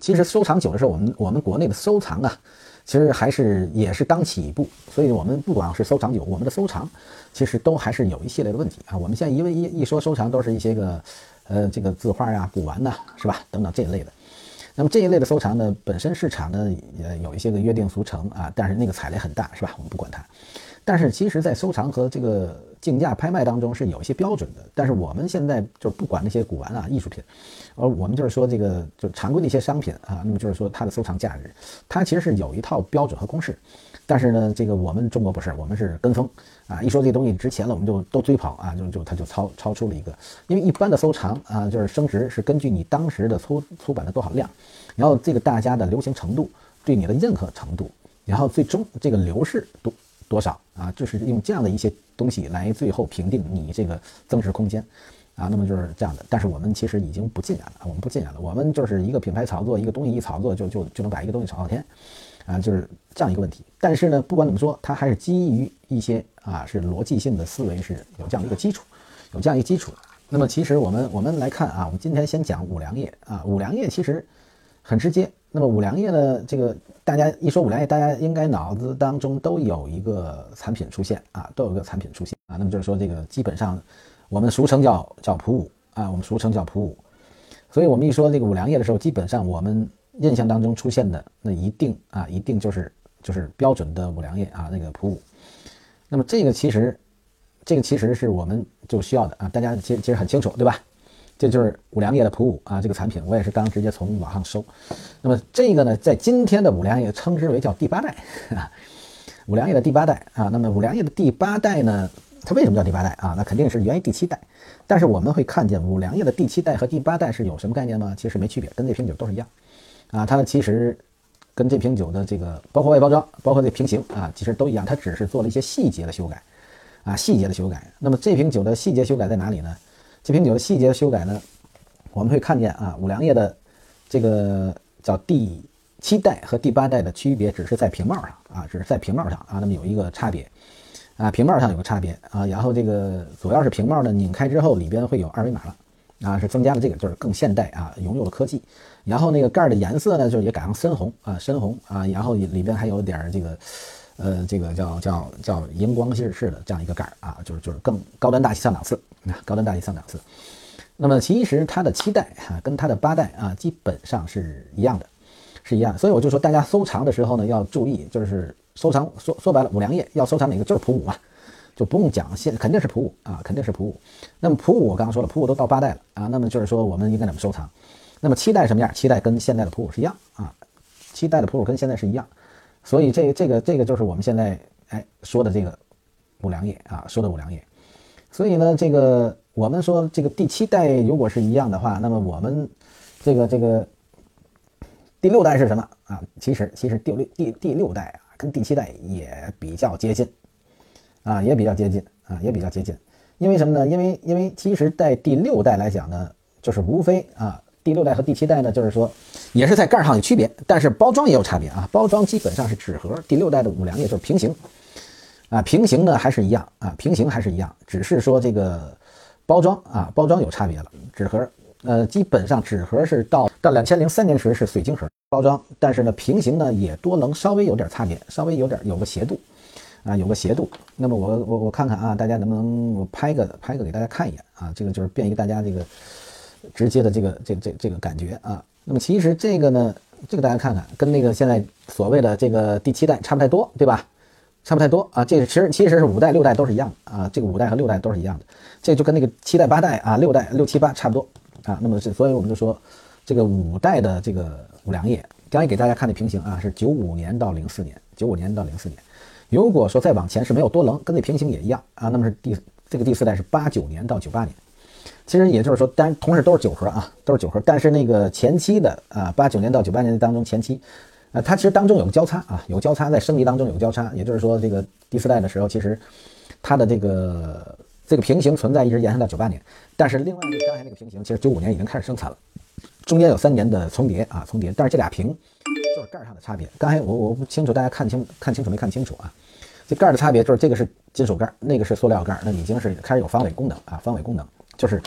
其实收藏久的时候，我们国内的收藏啊，其实也是刚起步，所以我们不光是收藏久，我们的收藏其实都还是有一系列的问题啊。我们现在一说收藏，都是一些个这个字画啊、古玩呐，是吧？等等这一类的。那么这一类的收藏呢，本身市场呢也有一些个约定俗成啊，但是那个踩雷很大，是吧？我们不管它。但是其实在收藏和这个竞价拍卖当中是有一些标准的，但是我们现在就不管那些古玩啊、艺术品，而我们就是说这个就常规的一些商品啊，那么就是说它的收藏价值，它其实是有一套标准和公式。但是呢，这个我们中国不是，我们是跟风啊，一说这东西值钱了，我们就都追跑啊，它就超出了一个，因为一般的收藏啊，就是升值是根据你当时的出版的多少量，然后这个大家的流行程度，对你的认可程度，然后最终这个流逝多少啊，就是用这样的一些东西来最后评定你这个增值空间啊，那么就是这样的。但是我们其实已经不尽然了，我们不尽然了，我们就是一个品牌炒作，一个东西一炒作就能把一个东西炒上天啊，就是这样一个问题。但是呢，不管怎么说，它还是基于一些啊是逻辑性的思维，是有这样一个基础，有这样一个基础。那么其实我们来看啊，我们今天先讲五粮液啊，五粮液其实很直接。那么五粮液呢，这个大家一说五粮液，大家应该脑子当中都有一个产品出现啊，都有一个产品出现啊。那么就是说这个基本上我们俗称叫普五啊，我们俗称叫普五。所以我们一说这个五粮液的时候，基本上我们印象当中出现的那一定就是标准的五粮液啊，那个普五。那么这个其实是我们就需要的啊，大家其实很清楚，对吧？这就是五粮液的普五啊，这个产品我也是刚直接从网上搜。那么这个呢，在今天的五粮液称之为叫第八代啊，五粮液的第八代啊。那么五粮液的第八代呢，它为什么叫第八代啊？那肯定是源于第七代。但是我们会看见五粮液的第七代和第八代是有什么概念吗？其实没区别，跟这瓶酒都是一样啊。它其实跟这瓶酒的这个包括外包装，包括这瓶型啊，其实都一样，它只是做了一些细节的修改啊，细节的修改。那么这瓶酒的细节修改在哪里呢？这瓶酒的细节修改呢，我们会看见啊，五粮液的这个叫第七代和第八代的区别只是在瓶帽上啊，只是在瓶帽上啊，那么有一个差别啊，瓶帽上有个差别啊，然后这个主要是瓶帽呢拧开之后里边会有二维码了啊，是增加了这个就是更现代啊，融入了科技。然后那个盖的颜色呢，就是也改成深红啊，然后里边还有点这个这个叫荧光式的这样一个盖啊，就是更高端大气上档次。高端大气上档次。那么其实它的七代啊跟它的八代啊基本上是一样的，所以我就说大家收藏的时候呢要注意，就是收藏说白了，五粮液要收藏哪个就是普五嘛，就不用讲肯定是普五啊，肯定是普五。那么普五我刚刚说了，普五都到八代了啊，那么就是说我们应该怎么收藏？那么七代什么样？七代跟现在的普五是一样啊，七代的普五跟现在是一样，所以这个就是我们现在说的这个五粮液啊，说的五粮液。所以呢，这个我们说这个第七代如果是一样的话，那么我们这个第六代是什么啊？其实第六代啊跟第七代也比较接近啊，也比较接近。因为什么呢？因为其实在第六代来讲呢，就是无非啊，第六代和第七代呢，就是说也是在盖上有区别，但是包装也有差别啊。包装基本上是纸盒，第六代的五粮液就是平行。啊，平行呢还是一样啊，只是说这个包装有差别了。纸盒，基本上纸盒是到2003年时是水晶盒包装，但是呢，平行呢也多能稍微有点差别，稍微有个斜度啊，有个斜度。那么我看看啊，大家能不能我拍个给大家看一眼啊？这个就是便于大家这个直接的这个感觉啊。那么其实这个呢，这个大家看看，跟那个现在所谓的这个第七代差不太多，对吧？差不太多啊，这个其实是五代六代都是一样的啊，这个五代和六代都是一样的，这就跟那个七代八代啊六代六七八差不多啊。那么所以我们就说这个五代的这个五粮液，刚才给大家看的平行啊是95年到04年，95年到04年。如果说再往前是没有多棱，跟那平行也一样啊，那么是第四代是89年到98年。其实也就是说，当然同时都是酒盒啊，都是酒盒，但是那个前期的啊89年到98年当中前期。它其实当中有个交叉啊，有交叉在升级当中有个交叉，也就是说这个第四代的时候，其实它的这个平行存在一直延伸到98年，但是另外刚才那个平行其实95年已经开始生产了，中间有3年的重叠，但是这俩屏就是盖上的差别。刚才我不清楚大家看清楚没看清楚啊？这盖的差别就是这个是金属盖，那个是塑料盖，那已经是开始有方尾功能啊，方尾功能就是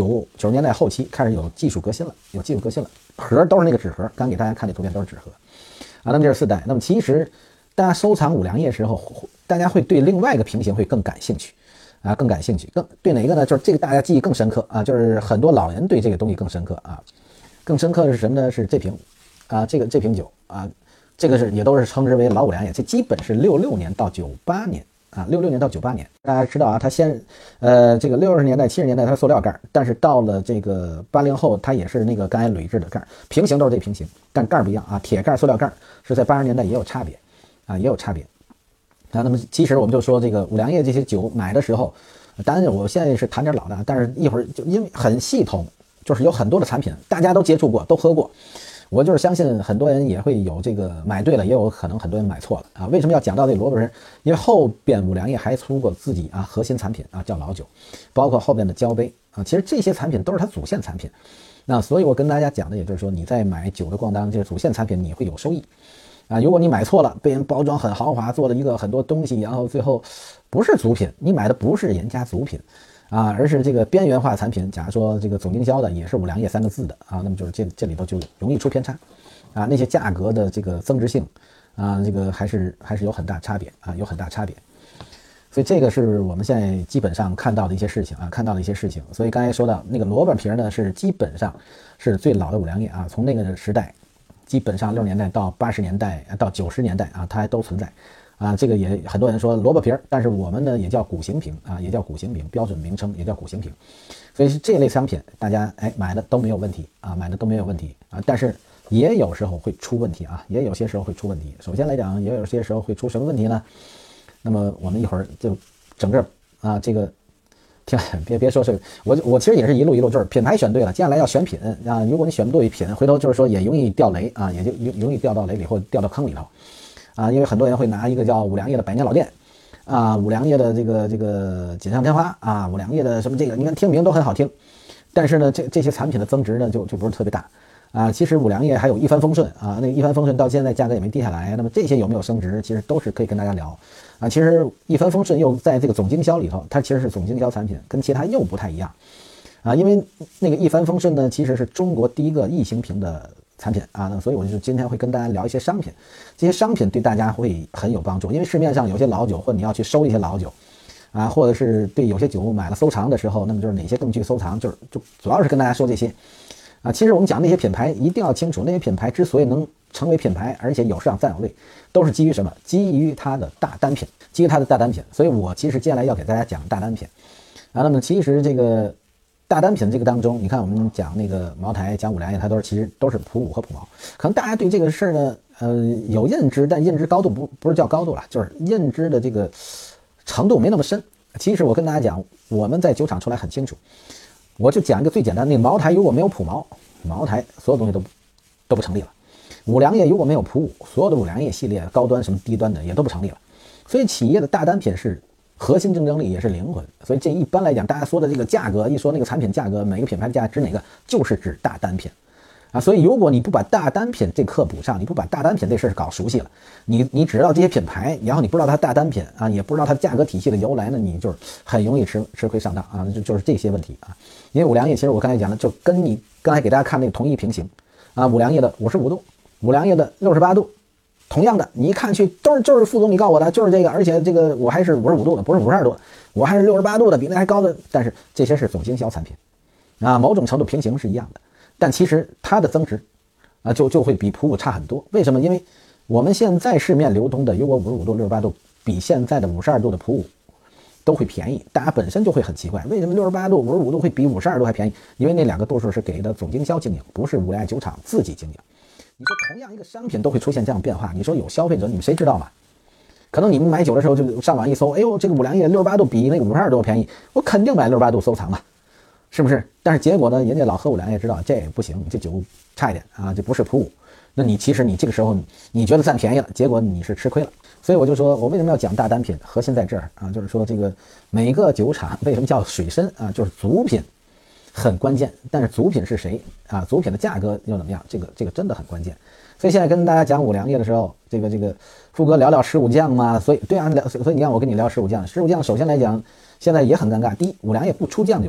90年代后期开始有技术革新了，盒都是那个纸盒，刚给大家看这图片都是纸盒啊。那么这是4代。那么其实大家收藏五粮液时候，大家会对另外一个平行会更感兴趣啊，更对哪个呢？就是这个大家记忆更深刻啊，就是很多老人对这个东西更深刻啊。更深刻的是什么呢？是这瓶啊，这瓶酒啊，这个也都是称之为老五粮液，这基本是66年到98年啊，66年到98年。大家知道啊，它先这个60年代70年代它是塑料盖，但是到了这个80后，它也是那个刚才铝制的盖，平行都是这平行，但盖不一样啊，铁盖塑料盖是在80年代也有差别啊，啊。那么其实我们就说这个五粮液这些酒买的时候，当然我现在是谈点老的，但是一会儿就因为很系统。就是有很多的产品，大家都接触过，都喝过。我就是相信很多人也会有这个买对了，也有可能很多人买错了啊。为什么要讲到这个萝卜人？因为后边五粮液还出过自己核心产品啊，叫老酒，包括后边的交杯啊。其实这些产品都是它主线产品。那所以我跟大家讲的，也就是说你在买酒的逛当，这些主线产品你会有收益啊。如果你买错了，被人包装很豪华，做了一个很多东西，然后最后不是主品，你买的不是人家主品。啊，而是这个边缘化产品，假如说这个总经销的也是五粮液3个字的啊，那么就是这里头就容易出偏差啊，那些价格的这个增值性啊，这个还是有很大差别啊，所以这个是我们现在基本上看到的一些事情啊，所以刚才说到那个萝卜皮呢，是基本上是最老的五粮液啊，从那个时代，基本上60年代到80年代到90年代啊，它还都存在。啊，这个也很多人说萝卜皮儿，但是我们呢也叫古形瓶啊，标准名称也叫古形瓶，所以是这类商品大家买的都没有问题啊，但是也有时候会出问题啊，首先来讲，也有些时候会出什么问题呢？那么我们一会儿就整个啊这个听别说这个，我其实也是一路就是品牌选对了，接下来要选品啊，如果你选不对品，回头就是说也容易掉雷啊，也就容易掉到雷里或掉到坑里头。啊，因为很多人会拿一个叫五粮液的百年老店，啊，五粮液的这个锦上添花啊，五粮液的什么这个，你看听名都很好听，但是呢，这些产品的增值呢就不是特别大啊。其实五粮液还有一帆风顺啊，那个一帆风顺到现在价格也没低下来，那么这些有没有升值，其实都是可以跟大家聊啊。其实一帆风顺又在这个总经销里头，它其实是总经销产品，跟其他又不太一样啊，因为那个一帆风顺呢，其实是中国第一个异形瓶的产品啊，那所以我就今天会跟大家聊一些商品，这些商品对大家会很有帮助，因为市面上有些老酒，或者你要去收一些老酒啊，或者是对有些酒买了收藏的时候，那么就是哪些更具收藏，就主要是跟大家说这些啊。其实我们讲那些品牌一定要清楚，那些品牌之所以能成为品牌，而且有市场占有率，都是基于什么？基于它的大单品，所以我其实接下来要给大家讲大单品啊。那么其实这个大单品这个当中，你看我们讲那个茅台，讲五粮液，它其实都是普5和普茅。可能大家对这个事儿呢，有认知，但认知高度不是叫高度了，就是认知的这个程度没那么深。其实我跟大家讲，我们在酒厂出来很清楚，我就讲一个最简单的，那个茅台如果没有普茅，茅台所有东西都不成立了；五粮液如果没有普5，所有的五粮液系列高端什么低端的也都不成立了。所以企业的大单品是核心竞争力，也是灵魂。所以这一般来讲，大家说的这个价格，一说那个产品价格，每个品牌的价值哪个，就是指大单品啊。所以如果你不把大单品这课补上，你不把大单品这事搞熟悉了，你只知道这些品牌，然后你不知道它大单品啊，也不知道它价格体系的由来呢，你就是很容易吃亏上当啊。就是这些问题啊。因为五粮液其实我刚才讲的，就跟你刚才给大家看那个同一平行啊，五粮液的55度，五粮液的68度。同样的，你一看去就是副总你告诉我的就是这个，而且这个我还是55度的，不是52度的，我还是68度的，比那还高的。但是这些是总经销产品啊，某种程度平行是一样的，但其实它的增值啊就会比普5差很多。为什么？因为我们现在市面流通的，如果55度、68度比现在的52度的普5都会便宜，大家本身就会很奇怪，为什么68度、55度会比52度还便宜？因为那两个度数是给的总经销经营，不是五粮液酒厂自己经营。你说同样一个商品都会出现这样变化，你说有消费者你们谁知道吗？可能你们买酒的时候就上网一搜，哎呦，这个五粮液68度比那个52度便宜，我肯定买68度收藏了，是不是？但是结果呢，人家老喝五粮液知道这不行，这酒差一点啊，这不是普5。那其实你这个时候你觉得占便宜了，结果你是吃亏了。所以我就说我为什么要讲大单品，核心在这儿啊，就是说这个每个酒厂为什么叫水深啊，就是主品很关键，但是主品是谁啊？主品的价格又怎么样？这个真的很关键。所以现在跟大家讲五粮液的时候，这个富哥聊15酱嘛，所以你看我跟你聊15酱，首先来讲现在也很尴尬。第一，五粮液不出酱酒的，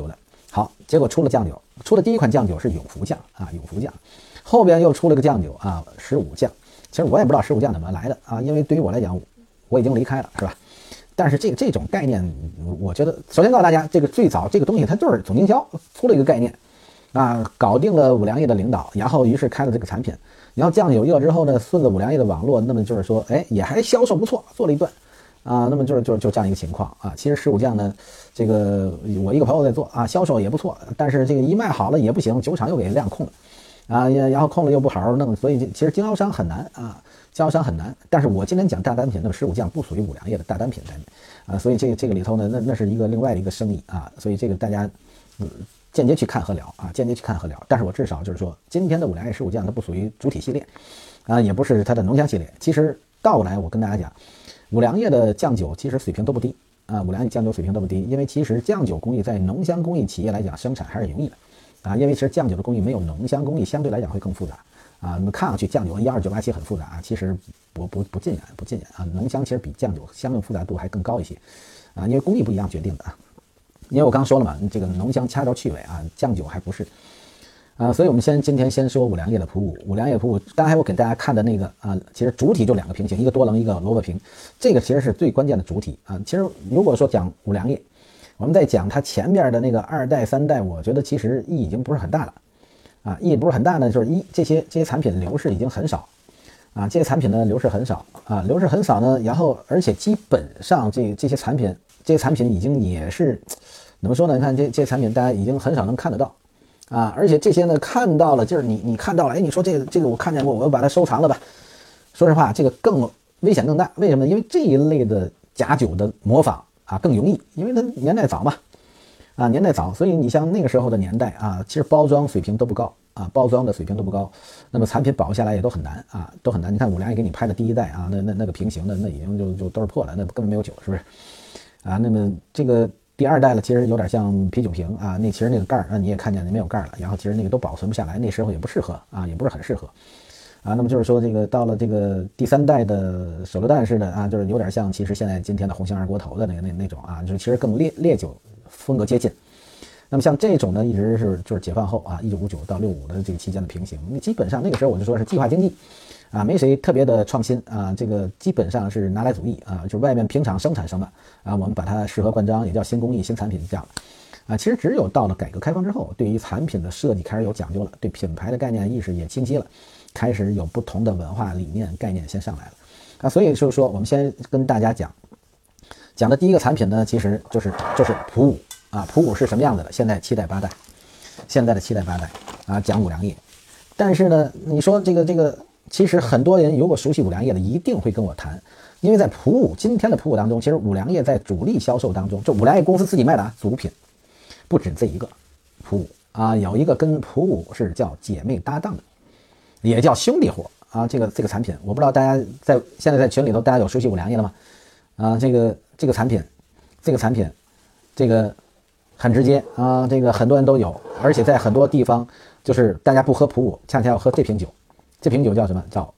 好，结果出了酱酒，出的第一款酱酒是永福酱啊，永福酱，后边又出了个酱酒啊，15酱。其实我也不知道15酱怎么来的啊，因为对于我来讲，我已经离开了，是吧？但是这种概念，我觉得首先告诉大家，这个最早这个东西它就是总经销出了一个概念啊，搞定了五粮液的领导，然后于是开了这个产品，然后酱酒热之后呢，顺着五粮液的网络，那么就是说，哎，也还销售不错，做了一段。啊，那么就这样一个情况啊。其实15酱呢，这个我一个朋友在做啊，销售也不错，但是这个一卖好了也不行，酒厂又给量控了啊，然后控了又不好好弄，所以其实经销商很难啊，经销商很难。但是我今天讲大单品，那么15酱不属于五粮液的大单品概念啊，所以这个里头呢，那是一个另外的一个生意啊，所以这个大家间接去看和聊啊，间接去看和聊。但是我至少就是说，今天的五粮液15酱它不属于主体系列啊，也不是它的浓香系列。其实倒过来我跟大家讲。五粮液的酱酒其实水平都不低啊，五粮液酱酒水平都不低，因为其实酱酒工艺在浓香工艺企业来讲生产还是容易的啊，因为其实酱酒的工艺没有浓香工艺相对来讲会更复杂啊。那么看上去酱酒12987很复杂，其实不尽然啊，浓香其实比酱酒相应复杂度还更高一些啊，因为工艺不一样决定的啊。因为我刚说了嘛，这个浓香掐着去尾啊，酱酒还不是。所以我们今天先说五粮液的普五刚才我给大家看的那个其实主体就2个瓶型，一个多棱，一个萝卜瓶，这个其实是最关键的主体啊。其实如果说讲五粮液，我们在讲它前面的那个2代3代，我觉得其实意义已经不是很大了啊，意义不是很大呢，就是这些产品流失已经很少啊，这些产品呢流失很少呢，然后而且基本上这些产品已经也是怎么说呢？你看这些产品大家已经很少能看得到。啊，而且这些呢，看到了，就是你看到了，哎，你说这个我看见过，我要把它收藏了吧？说实话，这个更危险更大。为什么？因为这一类的假酒的模仿啊更容易，因为它年代早嘛，啊年代早，所以你像那个时候的年代啊，其实包装水平都不高啊，包装的水平都不高，那么产品保下来也都很难啊，都很难。你看五粮液给你拍的第1代啊，那个瓶型的那已经就都是破了，那根本没有酒，是不是？啊，那么这个。第2代了，其实有点像啤酒瓶啊，其实那个盖儿，你也看见没有盖了，然后其实那个都保存不下来，那时候也不适合啊，也不是很适合啊。那么就是说这个到了这个第3代的手榴弹式的啊，就是有点像其实现在今天的红星二锅头的那种啊，就是其实更烈酒风格接近。那么像这种呢，一直就是解放后啊，1959到65的这个期间的平行，基本上那个时候我就说是计划经济。啊，没谁特别的创新啊，这个基本上是拿来主义啊，就是外面平厂生产什么啊，我们把它适合灌装，也叫新工艺、新产品这样啊。其实只有到了改革开放之后，对于产品的设计开始有讲究了，对品牌的概念意识也清晰了，开始有不同的文化理念概念先上来了啊。所以就是说，我们先跟大家讲的第一个产品呢，其实就是普五啊，普五是什么样子的？现在7代8代，现在的7代8代啊，讲五粮液。但是呢，你说这个。其实很多人如果熟悉五粮液的，一定会跟我谈，因为在普五今天的普五当中，其实五粮液在主力销售当中，就五粮液公司自己卖的主品，不止这一个。普五啊，有一个跟普五是叫姐妹搭档的，也叫兄弟伙啊。这个产品，我不知道大家现在在群里头大家有熟悉五粮液的吗？啊，这个产品，这个很直接啊，这个很多人都有，而且在很多地方就是大家不喝普五，恰恰要喝这瓶酒。这瓶酒叫什么？叫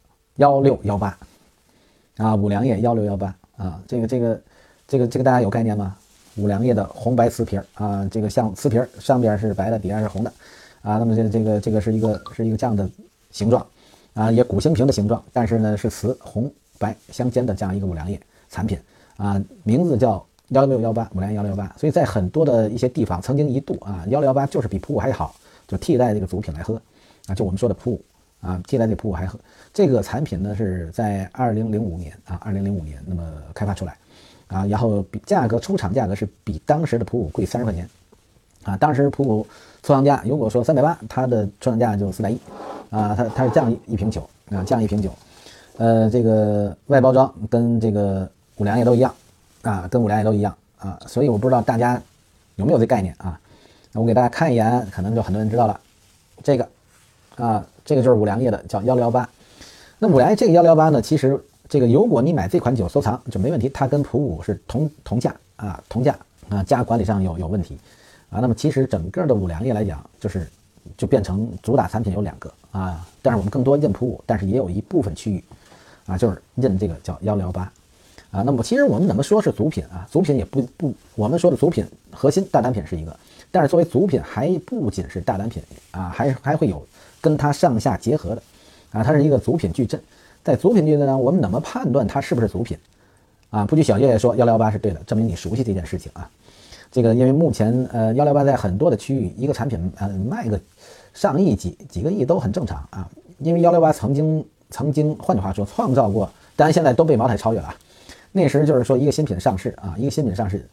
1618啊，五粮液1618啊，这个大家有概念吗？五粮液的红白瓷瓶啊，这个像瓷瓶上边是白的，底下是红的啊，那么这个是一个这样的形状啊，也鼓形瓶的形状，但是呢是瓷红白相间的这样一个五粮液产品啊，名字叫1618，五粮液1618，所以在很多的一些地方曾经一度啊，1618就是比普五还好，就替代这个主品来喝啊，就我们说的普五。啊，替代这普五还喝，这个产品呢是在2005年啊，2005年那么开发出来，啊，然后出厂价格是比当时的普五贵30块钱，啊，当时普五出厂价如果说380，它的出厂价就410，啊，它是这样一瓶酒啊，这样一瓶酒，这个外包装跟这个五粮液都一样啊，跟五粮液都一样啊，所以我不知道大家有没有这概念啊，我给大家看一眼，可能就很多人知道了，这个啊。这个就是五粮液的，叫1618。那五粮液这个1618呢，其实这个如果你买这款酒收藏就没问题，它跟普五是同价啊，价管理上有问题啊。那么其实整个的五粮液来讲，就变成主打产品有2个啊，但是我们更多认普五，但是也有一部分区域啊，就是认这个叫1618啊。那么其实我们怎么说是主品啊？主品也不，我们说的主品核心大单品是一个， 但是作为组品还不仅是大单品啊，还会有跟它上下结合的啊，它是一个组品矩阵。在组品矩阵呢，我们怎么判断它是不是组品啊？不拘小节说118是对的，证明你熟悉这件事情啊。这个因为目前118在很多的区域，一个产品卖个上亿几个亿都很正常啊。因为168曾经换句话说创造过，当然现在都被茅台超越了啊。那时就是说一个新品上市啊，一个新品上市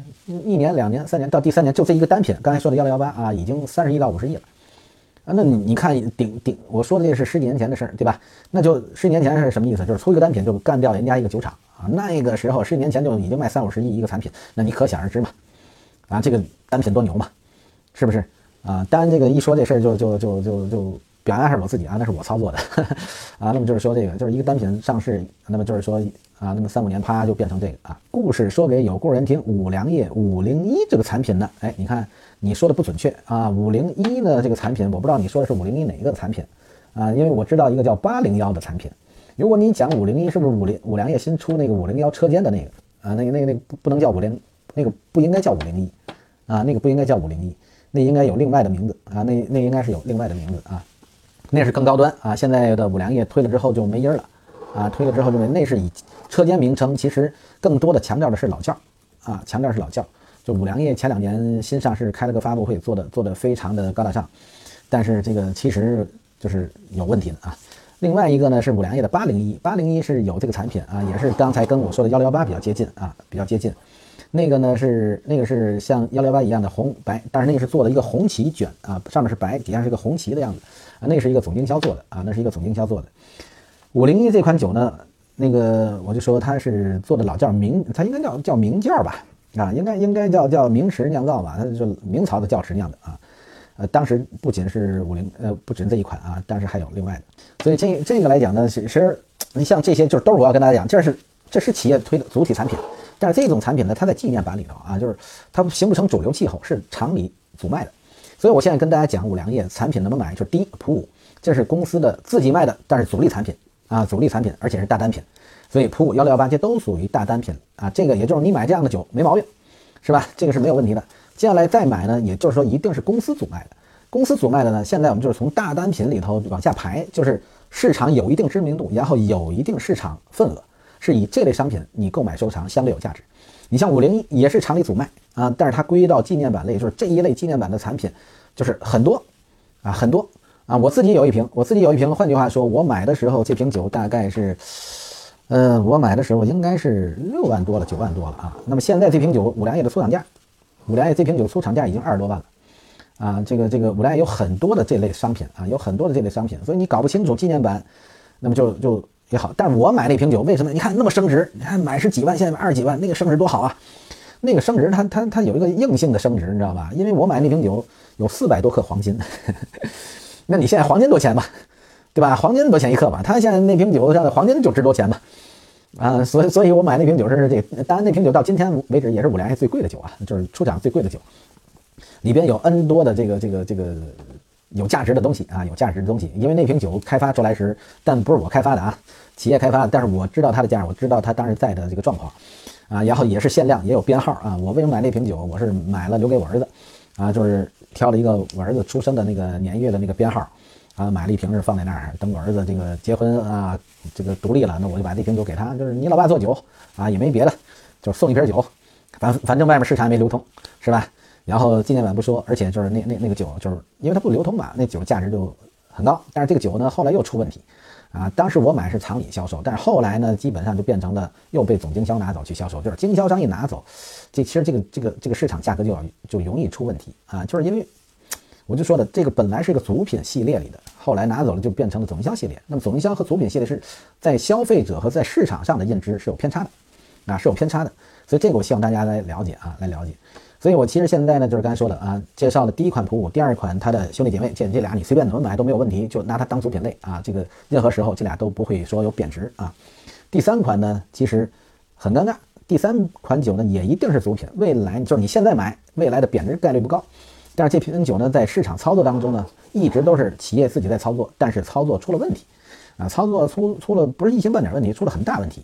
，1年2年3年到第3年，就这一个单品，刚才说的118啊，已经30亿到50亿了啊。那你看我说的这是10几年前的事儿，对吧？那就10几年前是什么意思？就是出一个单品就干掉人家一个酒厂啊。那个时候10几年前就已经卖30-50亿一个产品，那你可想而知嘛。啊，这个单品多牛嘛，是不是啊？当然，这个一说这事儿就表扬一下我自己啊，那是我操作的啊。那么就是说这个就是一个单品上市，那么就是说啊，那么3-5年啪就变成这个啊。故事说给有故人听，五粮液501这个产品呢，哎，你看你说的不准确啊。501的这个产品，我不知道你说的是501哪个产品啊？因为我知道一个叫801的产品。如果你讲501，是不是五粮液新出那个501车间的那个啊？那个不能叫50，那个不应该叫501啊，那个不应该叫501，那应该有另外的名字啊，那应该是有另外的名字啊，那是更高端啊。现在的五粮液推了之后就没音了啊，推了之后就那是以车间名称，其实更多的强调的是老窖啊，强调是老窖。就五粮液前2年新上市开了个发布会，做的非常的高大上，但是这个其实就是有问题的啊。另外一个呢是五粮液的801是有这个产品啊，也是刚才跟我说的118比较接近啊，比较接近。那个是像168一样的红白，但是那个是做了一个红旗卷啊，上面是白，底下是一个红旗的样子啊，那是一个总经销做的啊，那是一个总经销做的。501这款酒呢，那个我就说它是做的老窖它应该叫明窖吧啊，应该叫明池酿造吧，它就明朝的窖池酿的啊。当时不仅是不仅这一款啊，但是还有另外的。所以这个来讲呢，其实你像这些就是都是我要跟大家讲，这是企业推的主体产品。但是这种产品呢，它在纪念版里头啊，就是它形不成主流气候，是厂里组卖的。所以我现在跟大家讲五粮液产品怎么买，就是第一，普五，这是公司的自己卖的，但是主力产品啊，主力产品，而且是大单品。所以普五、168这都属于大单品啊。这个也就是你买这样的酒没毛病，是吧？这个是没有问题的。接下来再买呢，也就是说一定是公司组卖的。公司组卖的呢，现在我们就是从大单品里头往下排，就是市场有一定知名度，然后有一定市场份额。是以这类商品你购买收藏相对有价值。你像501也是厂里组卖啊，但是它归到纪念版类，就是这一类纪念版的产品，就是很多啊，我自己有一瓶，换句话说，我买的时候这瓶酒大概是，我买的时候应该是6万多了，9万多了啊。那么现在这瓶酒五粮液的出厂价，五粮液这瓶酒出厂价已经20多万了啊。这个五粮液有很多的这类商品啊，所以你搞不清楚纪念版，那么就也好，但是我买那瓶酒为什么？你看那么升值，你看买是几万，现在买20几万，那个升值多好啊！那个升值它有一个硬性的升值，你知道吧？因为我买那瓶酒有400多克黄金，那你现在黄金多钱吧？对吧？黄金多钱1克吧？它现在那瓶酒上的黄金就值多钱吧？啊，所以我买那瓶酒是这个，当然那瓶酒到今天为止也是五粮液最贵的酒啊，就是出厂最贵的酒，里边有 N 多的这个有价值的东西啊，因为那瓶酒开发出来时，但不是我开发的啊，企业开发的，但是我知道它的价，我知道它当时在的这个状况啊，然后也是限量，也有编号啊。我为什么买那瓶酒？我是买了留给我儿子啊，就是挑了一个我儿子出生的那个年月的那个编号啊，买了一瓶是放在那儿，等我儿子这个结婚啊，这个独立了，那我就把这瓶酒给他，就是你老爸做酒啊，也没别的，就送一瓶酒，反正外面市场也没流通，是吧？然后纪念版不说，而且就是那个酒，就是因为它不流通嘛，那酒价值就很高。但是这个酒呢，后来又出问题，啊，当时我买是厂里销售，但是后来呢，基本上就变成了又被总经销拿走去销售，就是经销商一拿走，其实这个市场价格就容易出问题啊，就是因为我就说的这个本来是一个组品系列里的，后来拿走了就变成了总经销系列。那么总经销和组品系列是在消费者和在市场上的认知是有偏差的，啊，是有偏差的，所以这个我希望大家来了解啊，来了解。所以我其实现在呢，就是刚才说的啊，介绍的第一款普五，第二款它的兄弟姐妹，这俩你随便怎么买都没有问题，就拿它当主品类啊，这个任何时候这俩都不会说有贬值啊。第三款呢，其实很尴尬，第三款酒呢也一定是主品，未来就是你现在买，未来的贬值概率不高。但是这瓶酒呢，在市场操作当中呢，一直都是企业自己在操作，但是操作出了问题啊，操作出了不是一星半点问题，出了很大问题。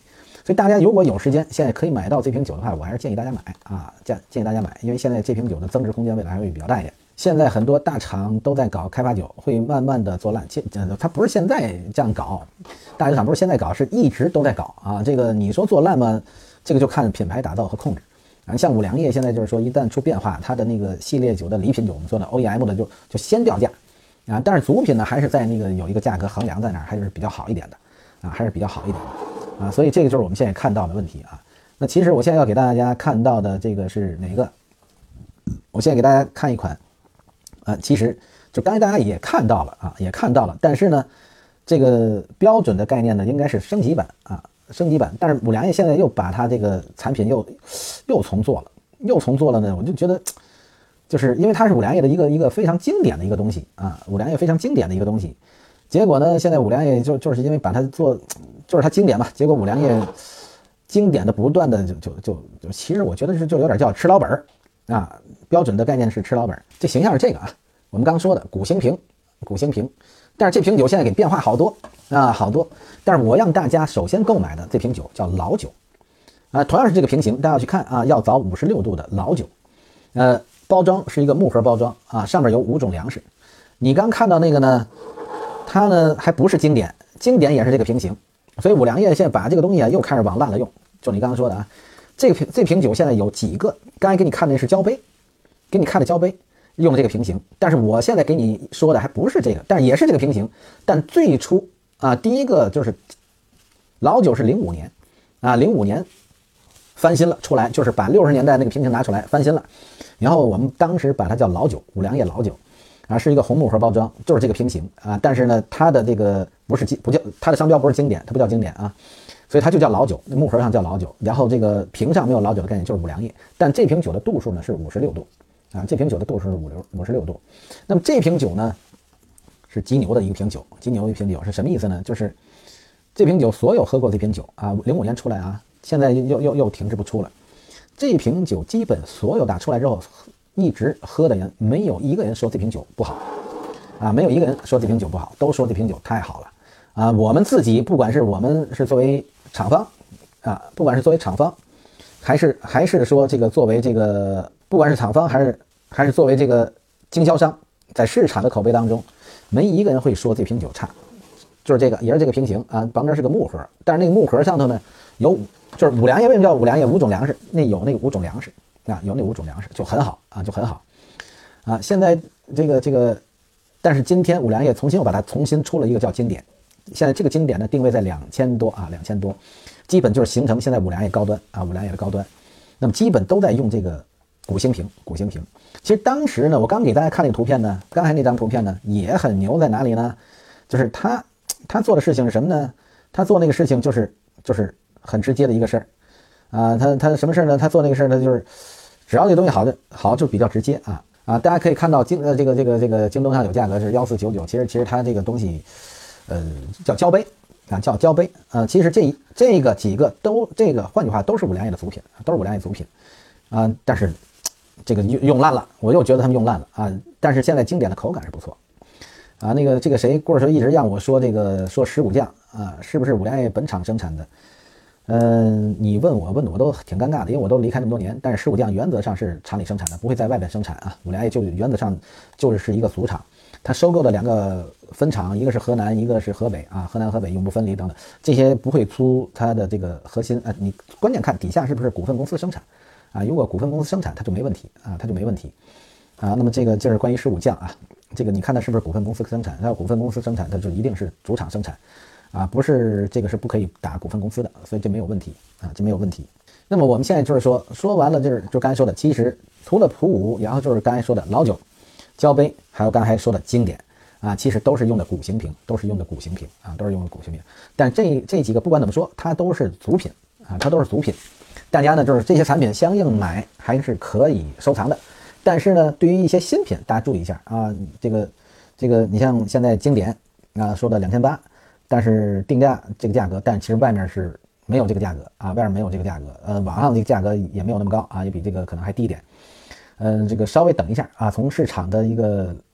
所以大家如果有时间，现在可以买到这瓶酒的话，我还是建议大家买啊，建议大家买，因为现在这瓶酒的增值空间未来还会比较大一点。现在很多大厂都在搞开发酒，会慢慢的做烂，它不是现在这样搞，大酒厂不是现在搞，是一直都在搞啊。这个你说做烂吗？这个就看品牌打造和控制啊。像五粮液现在就是说，一旦出变化，它的那个系列酒的礼品酒，我们说的 OEM 的就先掉价啊。但是组品呢，还是在那个有一个价格衡量在那儿，还是比较好一点的啊，还是比较好一点的啊。所以这个就是我们现在看到的问题啊。那其实我现在要给大家看到的这个是哪个？我现在给大家看一款。其实就刚才大家也看到了啊，也看到了，但是呢，这个标准的概念呢，应该是升级版啊，升级版。但是五粮液现在又把它这个产品又重做了呢，我就觉得，就是因为它是五粮液的一个非常经典的一个东西啊，五粮液非常经典的一个东西。结果呢，现在五粮液就是因为把它做，就是它经典嘛，结果五粮液经典的不断的就，其实我觉得就有点叫吃老本儿。啊，标准的概念是吃老本，这形象是这个啊，我们刚说的古星瓶，但是这瓶酒现在给变化好多啊，好多。但是我让大家首先购买的这瓶酒叫老酒啊，同样是这个瓶型，大家要去看啊，要早56度的老酒，包装是一个木盒包装啊，上面有5种粮食。你刚看到那个呢，它呢还不是经典，经典也是这个瓶型，所以五粮液现在把这个东西啊又开始往烂了用，就你刚刚说的啊。这瓶酒现在有几个？刚才给你看的是胶杯，给你看的胶杯用的这个瓶型，但是我现在给你说的还不是这个，但是也是这个瓶型。但最初啊，第一个就是老酒是05年啊，05年翻新了出来，就是把60年代那个瓶型拿出来翻新了，然后我们当时把它叫老酒，五粮液老酒啊，是一个红木盒包装，就是这个瓶型啊，但是呢，它的这个不叫它的商标不是经典，它不叫经典啊。所以它就叫老酒，木盒上叫老酒，然后这个瓶上没有老酒的概念，就是五粮液。但这瓶酒的度数呢是56度啊，这瓶酒的度数是56度。那么这瓶酒呢是极牛的一瓶酒，极牛一瓶酒是什么意思呢？就是这瓶酒所有喝过这瓶酒啊，05年出来啊，现在又停滞不出了。这瓶酒基本所有打出来之后一直喝的人，没有一个人说这瓶酒不好啊，没有一个人说这瓶酒不好，都说这瓶酒太好了啊。我们自己不管是我们是作为厂方啊，不管是作为厂方，还是说这个作为这个，不管是厂方还是作为这个经销商，在市场的口碑当中，没一个人会说这瓶酒差，就是这个也是这个瓶型啊，旁边是个木盒，但是那个木盒上头呢就是五粮液，为什么叫五粮液？5种粮食，有那5种粮食啊，有那5种粮食就很好啊，就很好啊。现在这个，但是今天五粮液重新出了一个叫经典。现在这个经典呢定位在2000多啊，2000多，基本就是形成现在五粮液高端啊，五粮液的高端。那么基本都在用这个古星瓶。其实当时呢，我刚给大家看那个图片呢，刚才那张图片呢也很牛，在哪里呢？就是他做的事情是什么呢？他做那个事情就是很直接的一个事儿啊。他什么事儿呢？他做那个事儿呢，就是只要这东西好就比较直接啊。大家可以看到这个京东上有价格是1499，其实它这个东西。叫胶杯啊，叫胶杯。其实这个几个都换句话都是五粮液的组品，啊。但是这个用烂了，我又觉得他们用烂了啊。但是现在经典的口感是不错啊。这个谁郭师一直让我说说石鼓酱啊，是不是五粮液本厂生产的？你问我都挺尴尬的，因为我都离开那么多年。但是石鼓酱原则上是厂里生产的，不会在外边生产啊。五粮液就原则上就是一个组厂。他收购的2个分厂，一个是河南，一个是河北啊，河南河北永不分离等等，这些不会出它的这个核心啊。你关键看底下是不是股份公司生产啊？如果股份公司生产，它就没问题啊，那么这个就是关于石鼓酱啊，这个你看它是不是股份公司生产？要股份公司生产，它就一定是主厂生产啊，不是这个是不可以打股份公司的，所以这没有问题啊，这没有问题。那么我们现在就是说完了，就刚才说的，其实除了普五，然后就是刚才说的老酒。胶杯，还有刚才说的经典啊，其实都是用的古星瓶啊，但这几个不管怎么说，它都是组品啊，大家呢就是这些产品相应买还是可以收藏的，但是呢，对于一些新品，大家注意一下啊，这个你像现在经典啊说的2800，但是定价这个价格，但其实外面是没有这个价格啊，外面没有这个价格，网上这个价格也没有那么高啊，也比这个可能还低一点。这个稍微等一下啊，从市场的一个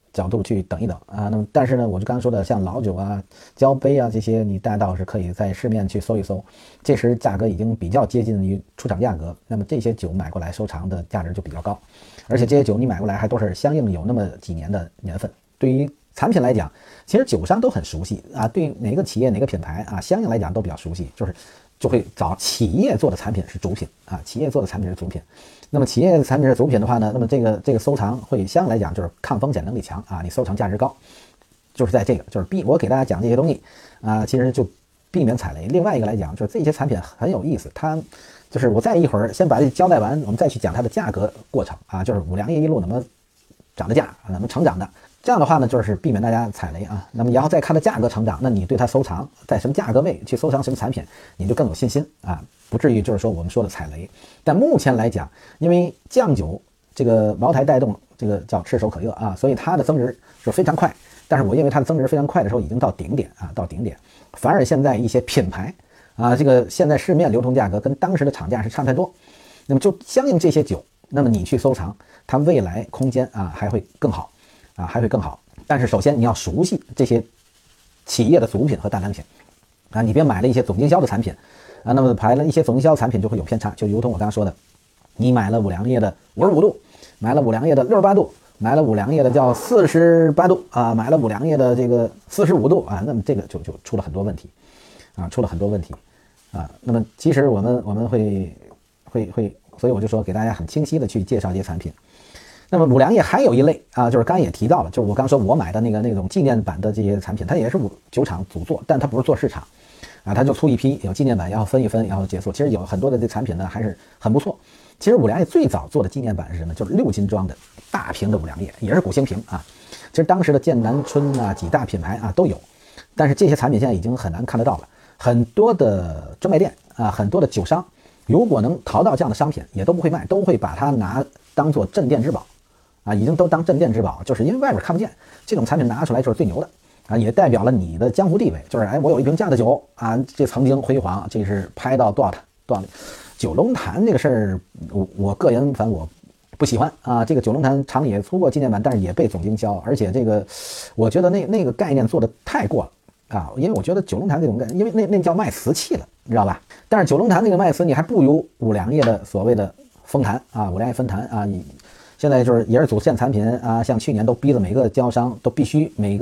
角度去等一等啊。那么但是呢，我就刚才说的像老酒啊、交杯啊这些，你大家倒是可以在市面去搜一搜，这时价格已经比较接近于出厂价格，那么这些酒买过来收藏的价值就比较高，而且这些酒你买过来还都是相应有那么几年的年份。对于产品来讲，其实酒商都很熟悉啊，对哪个企业哪个品牌啊，相应来讲都比较熟悉，就会找企业做的产品是主品啊，企业做的产品是主品。那么企业产品是主品的话呢，那么这个收藏会相对来讲就是抗风险能力强啊，你收藏价值高，就是在这个就是我给大家讲这些东西啊，其实就避免踩雷。另外一个来讲，就是这些产品很有意思，它就是我再一会儿先把这交代完，我们再去讲它的价格过程啊，就是五粮液一路怎么涨的价，怎么成长的。这样的话呢，就是避免大家踩雷啊。那么然后再看它价格成长，那你对它收藏在什么价格位去收藏什么产品，你就更有信心啊，不至于就是说我们说的踩雷。但目前来讲，因为酱酒这个茅台带动这个叫炙手可热啊，所以它的增值是非常快。但是我认为它的增值非常快的时候已经到顶点啊，到顶点。反而现在一些品牌啊，这个现在市面流通价格跟当时的厂价是差太多，那么就相应这些酒，那么你去收藏，它未来空间啊还会更好。还会更好，但是首先你要熟悉这些企业的主品和大单品啊，你别买了一些总经销的产品啊，那么买了一些总经销产品就会有偏差，就如同我刚刚说的，你买了五粮液的55度，买了五粮液的68度，买了五粮液的叫48度啊，买了五粮液的这个45度啊，那么这个就出了很多问题啊，出了很多问题啊。那么其实我们会，所以我就说给大家很清晰的去介绍这些产品。那么五粮液还有一类啊，就是刚才也提到了，就是我刚说我买的那种纪念版的这些产品，它也是酒厂组做，但它不是做市场啊，它就出一批有纪念版，然后分一分，然后结束。其实有很多的这产品呢还是很不错。其实五粮液最早做的纪念版是什么？就是6斤装的大瓶的五粮液，也是5星瓶啊。其实当时的剑南春啊几大品牌啊都有，但是这些产品现在已经很难看得到了。很多的专卖店啊，很多的酒商，如果能淘到这样的商品，也都不会卖，都会把它当做镇店之宝。啊，已经都当镇店之宝，就是因为外边看不见，这种产品拿出来就是最牛的啊，也代表了你的江湖地位。就是我有一瓶这样的酒啊，这曾经辉煌，这是拍到多少九龙潭这个事儿，我个人反正我不喜欢啊。这个九龙潭厂里也出过纪念版，但是也被总经销，而且这个我觉得那个概念做的太过了啊，因为我觉得九龙潭这种概念，因为那叫卖瓷器了，你知道吧？但是九龙潭那个卖瓷，你还不如五粮液的所谓的丰坛啊，五粮液丰坛啊。现在就是也是主线产品啊，像去年都逼着每个经销商都必须买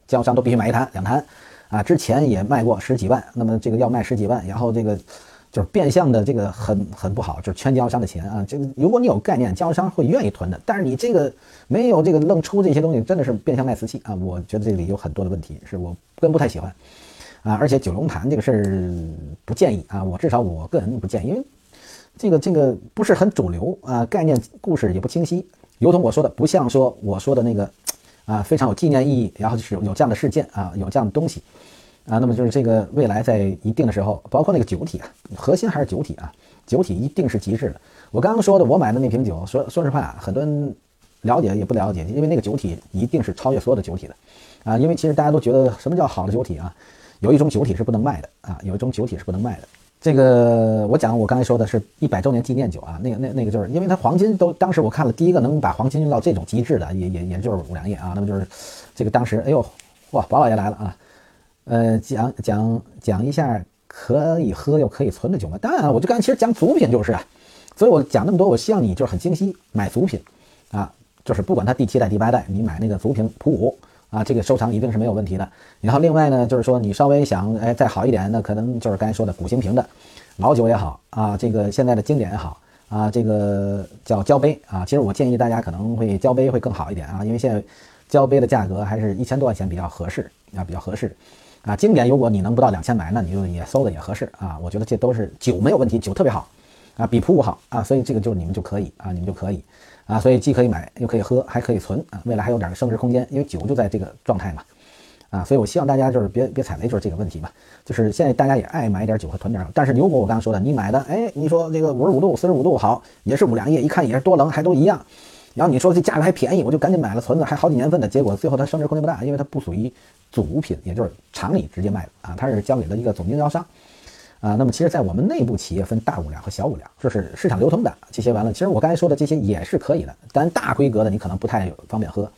1坛2坛啊，之前也卖过10几万，那么这个要卖10几万，然后这个就是变相的这个很不好，就是圈经销商的钱啊。这个如果你有概念，经销商会愿意囤的，但是你这个没有这个愣出这些东西，真的是变相卖瓷器啊。我觉得这里有很多的问题，是我不太喜欢啊。而且九龙潭这个事儿不建议啊，至少我个人不建议，因为这个不是很主流啊，概念故事也不清晰，如同我说的，不像说我说的那个啊非常有纪念意义，然后就是有这样的事件啊，有这样的东西啊，那么就是这个未来在一定的时候，包括那个酒体啊，核心还是酒体啊，酒体一定是极致的。我刚刚说的，我买的那瓶酒，说实话，很多人了解也不了解，因为那个酒体一定是超越所有的酒体的啊，因为其实大家都觉得什么叫好的酒体啊，有一种酒体是不能卖的啊，有一种酒体是不能卖的。这个我刚才说的是100周年纪念酒啊，那个就是因为它黄金都当时我看了第一个能把黄金用到这种极致的，也就是五粮液啊，那么就是这个当时哎呦哇，宝老爷来了啊，讲一下可以喝又可以存的酒嘛。当然我就刚才其实讲主品就是啊，所以我讲那么多，我希望你就是很清晰买主品啊，就是不管它第7代第8代，你买那个主品普五。啊，这个收藏一定是没有问题的。然后另外呢，就是说你稍微想再好一点，那可能就是刚才说的5星瓶的老酒也好啊，这个现在的经典也好啊，这个叫交杯啊。其实我建议大家可能会交杯会更好一点啊，因为现在交杯的价格还是1000多块钱比较合适啊，经典如果你能不到2000买，那你就也收的也合适啊。我觉得这都是酒没有问题，酒特别好啊，比普五好啊，所以这个就是你们就可以啊，所以既可以买又可以喝，还可以存啊，未来还有点升值空间，因为酒就在这个状态嘛，啊，所以我希望大家就是别踩雷，就是这个问题嘛，就是现在大家也爱买点酒和囤点，但是如果我刚刚说的，你买的，你说这个55度、45度好，也是五粮液，一看也是多棱，还都一样，然后你说这价格还便宜，我就赶紧买了存着，还好几年份的，结果最后它升值空间不大，因为它不属于主品，也就是厂里直接卖的啊，它是交给了一个总经销商。啊，那么其实在我们内部企业分大五粮和小五粮，就是市场流通的这些完了，其实我刚才说的这些也是可以的，但大规格的你可能不太方便喝，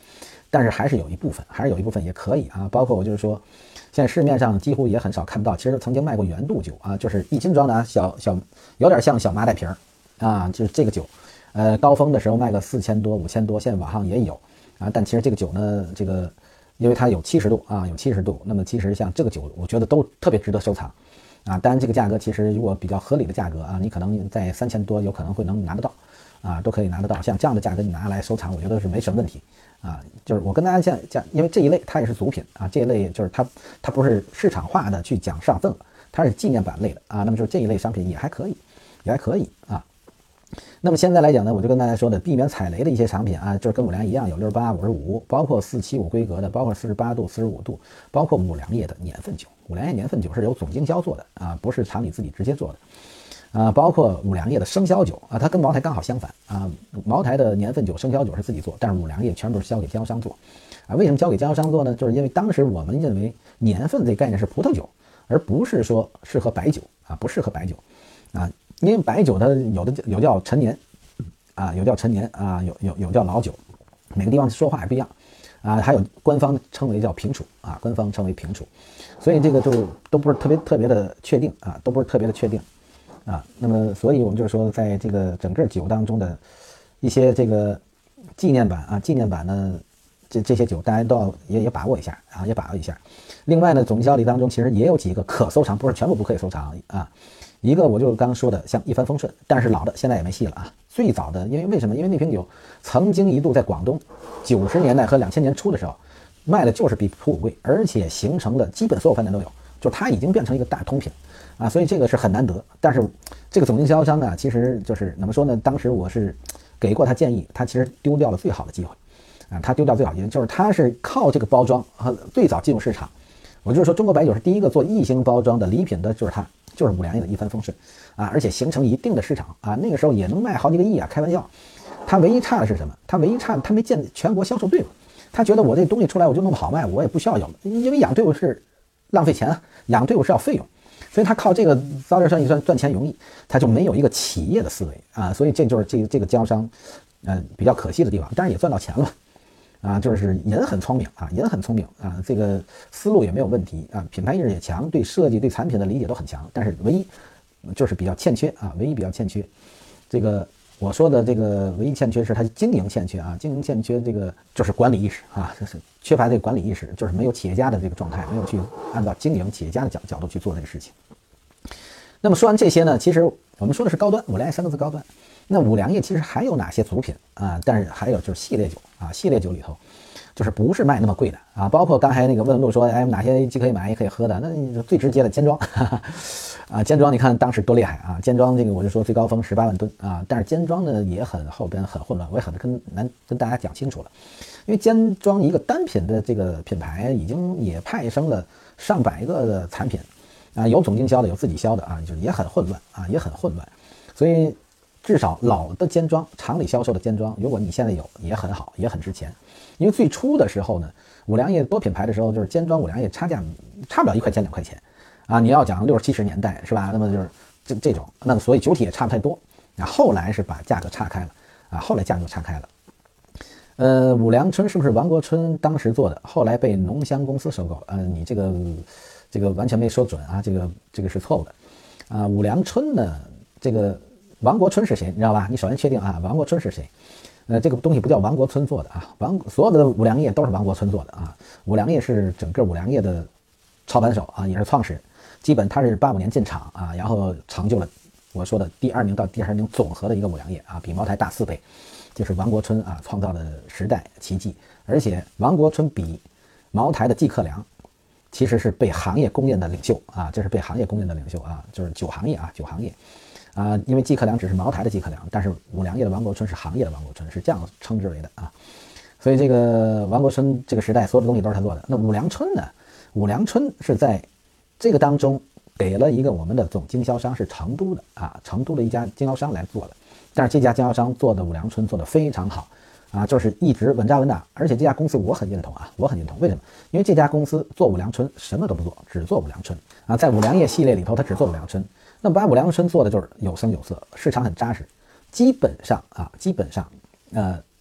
但是还是有一部分也可以啊。包括我就是说，现在市面上几乎也很少看不到，其实曾经卖过原度酒啊，就是1斤装的小有点像小麻袋瓶啊，就是这个酒，高峰的时候卖个4000多5000多，现在网上也有啊。但其实这个酒呢，这个因为它有70度啊，有70度，那么其实像这个酒，我觉得都特别值得收藏啊。当然这个价格其实如果比较合理的价格啊，你可能在3000多有可能会能拿得到啊，都可以拿得到。像这样的价格你拿来收藏，我觉得是没什么问题啊。就是我跟大家讲，因为这一类它也是组品啊，这一类就是它不是市场化的去讲上赠，它是纪念版类的啊。那么就是这一类商品也还可以啊。那么现在来讲呢，我就跟大家说的，避免踩雷的一些产品啊，就是跟五粮液一样，有68、55，包括475规格的，包括48度、45度，包括五粮液的年份酒。五粮液年份酒是由总经销做的啊，不是厂里自己直接做的啊。包括五粮液的生肖酒啊，它跟茅台刚好相反啊。茅台的年份酒、生肖酒是自己做，但是五粮液全部是交给经销商做啊。为什么交给经销商做呢？就是因为当时我们认为年份这概念是葡萄酒，而不是说适合白酒啊，不适合白酒啊。因为白酒它有叫陈年啊，有叫陈年啊，有叫老酒，每个地方说话也不一样啊。还有官方称为叫平储啊，官方称为平储，所以这个就都不是特别的确定啊，都不是特别的确定啊。那么所以我们就是说，在这个整个酒当中的一些这个纪念版呢，这些酒大家都要也把握一下啊，也把握一下。另外呢，总经销里当中其实也有几个可收藏，不是全部不可以收藏啊。一个我就刚刚说的像一帆风顺，但是老的现在也没戏了啊。最早的为什么？因为那瓶酒曾经一度在广东90年代和2000年初的时候卖的就是比普洱贵，而且形成了基本所有饭店都有，就它已经变成一个大通品啊，所以这个是很难得。但是这个总经销商啊，其实就是怎么说呢？当时我是给过他建议，他其实丢掉了最好的机会啊，他丢掉最好的机会就是他是靠这个包装和最早进入市场。我就是说，中国白酒是第一个做异形包装的礼品的，就是它。就是五粮液的一帆风顺啊，而且形成一定的市场啊，那个时候也能卖好几个亿啊，开玩笑。他唯一差的是什么？他没建全国销售队伍，他觉得我这东西出来我就那么好卖，我也不需要有，因为养队伍是浪费钱，养队伍是要费用，所以他靠这个糟点生意赚钱容易，他就没有一个企业的思维啊，所以这就是这个经销商比较可惜的地方，但是也赚到钱了。啊，就是人很聪明啊，这个思路也没有问题啊，品牌意识也强，对设计对产品的理解都很强，但是唯一就是比较欠缺啊，这个我说的这个唯一欠缺是它经营欠缺啊，经营欠缺这个就是管理意识啊，就是缺乏这个管理意识，就是没有企业家的这个状态，没有去按照经营企业家的角度去做这个事情。那么说完这些呢，其实我们说的是高端，五粮液3个字高端。那五粮液其实还有哪些组品啊？但是还有就是系列酒啊，系列酒里头就是不是卖那么贵的啊，包括刚才那个问路说，哎，哪些既可以买也可以喝的，那最直接的尖庄啊，尖庄你看当时多厉害啊，尖庄这个我就说最高峰18万吨啊，但是尖庄呢也后边很混乱，我也很跟大家讲清楚了，因为尖庄一个单品的这个品牌已经也派生了上百个的产品啊，有总经销的，有自己销的啊，就是也很混乱啊，也很混乱，所以。至少老的尖庄，厂里销售的尖庄，如果你现在有，也很好，也很值钱。因为最初的时候呢，五粮液多品牌的时候，就是尖庄五粮液差不了1块钱2块钱啊。你要讲60、70年代是吧？那么就是这种，那么所以酒体也差不太多。啊，后来是把价格岔开了啊，后来价格岔开了。五粮春是不是王国春当时做的？后来被浓香公司收购。你这个完全没说准啊，这个是错误的啊。五粮春呢，这个。王国春是谁？你知道吧？你首先确定啊，王国春是谁？这个东西不叫王国春做的啊，所有的五粮液都是王国春做的啊。五粮液是整个五粮液的操盘手啊，也是创始人。基本他是85年进场啊，然后成就了我说的第2名到第2名总和的一个五粮液啊，比茅台大4倍，就是王国春啊创造的时代奇迹。而且王国春比茅台的季克良其实是被行业公认的领袖啊，这是被行业公认的领袖啊，就是酒行业。因为季克良只是茅台的季克良，但是五粮液的王国春是行业的王国春，是这样称之为的啊。所以这个王国春这个时代所有的东西都是他做的。那五粮春呢？五粮春是在这个当中给了一个我们的总经销商是成都的啊，成都的一家经销商来做的。但是这家经销商做的五粮春做的非常好啊，就是一直稳扎稳打。而且这家公司我很认同啊，为什么？因为这家公司做五粮春什么都不做，只做五粮春啊，在五粮液系列里头他只做五粮春。那么把五粮春做的就是有声有色，市场很扎实，基本上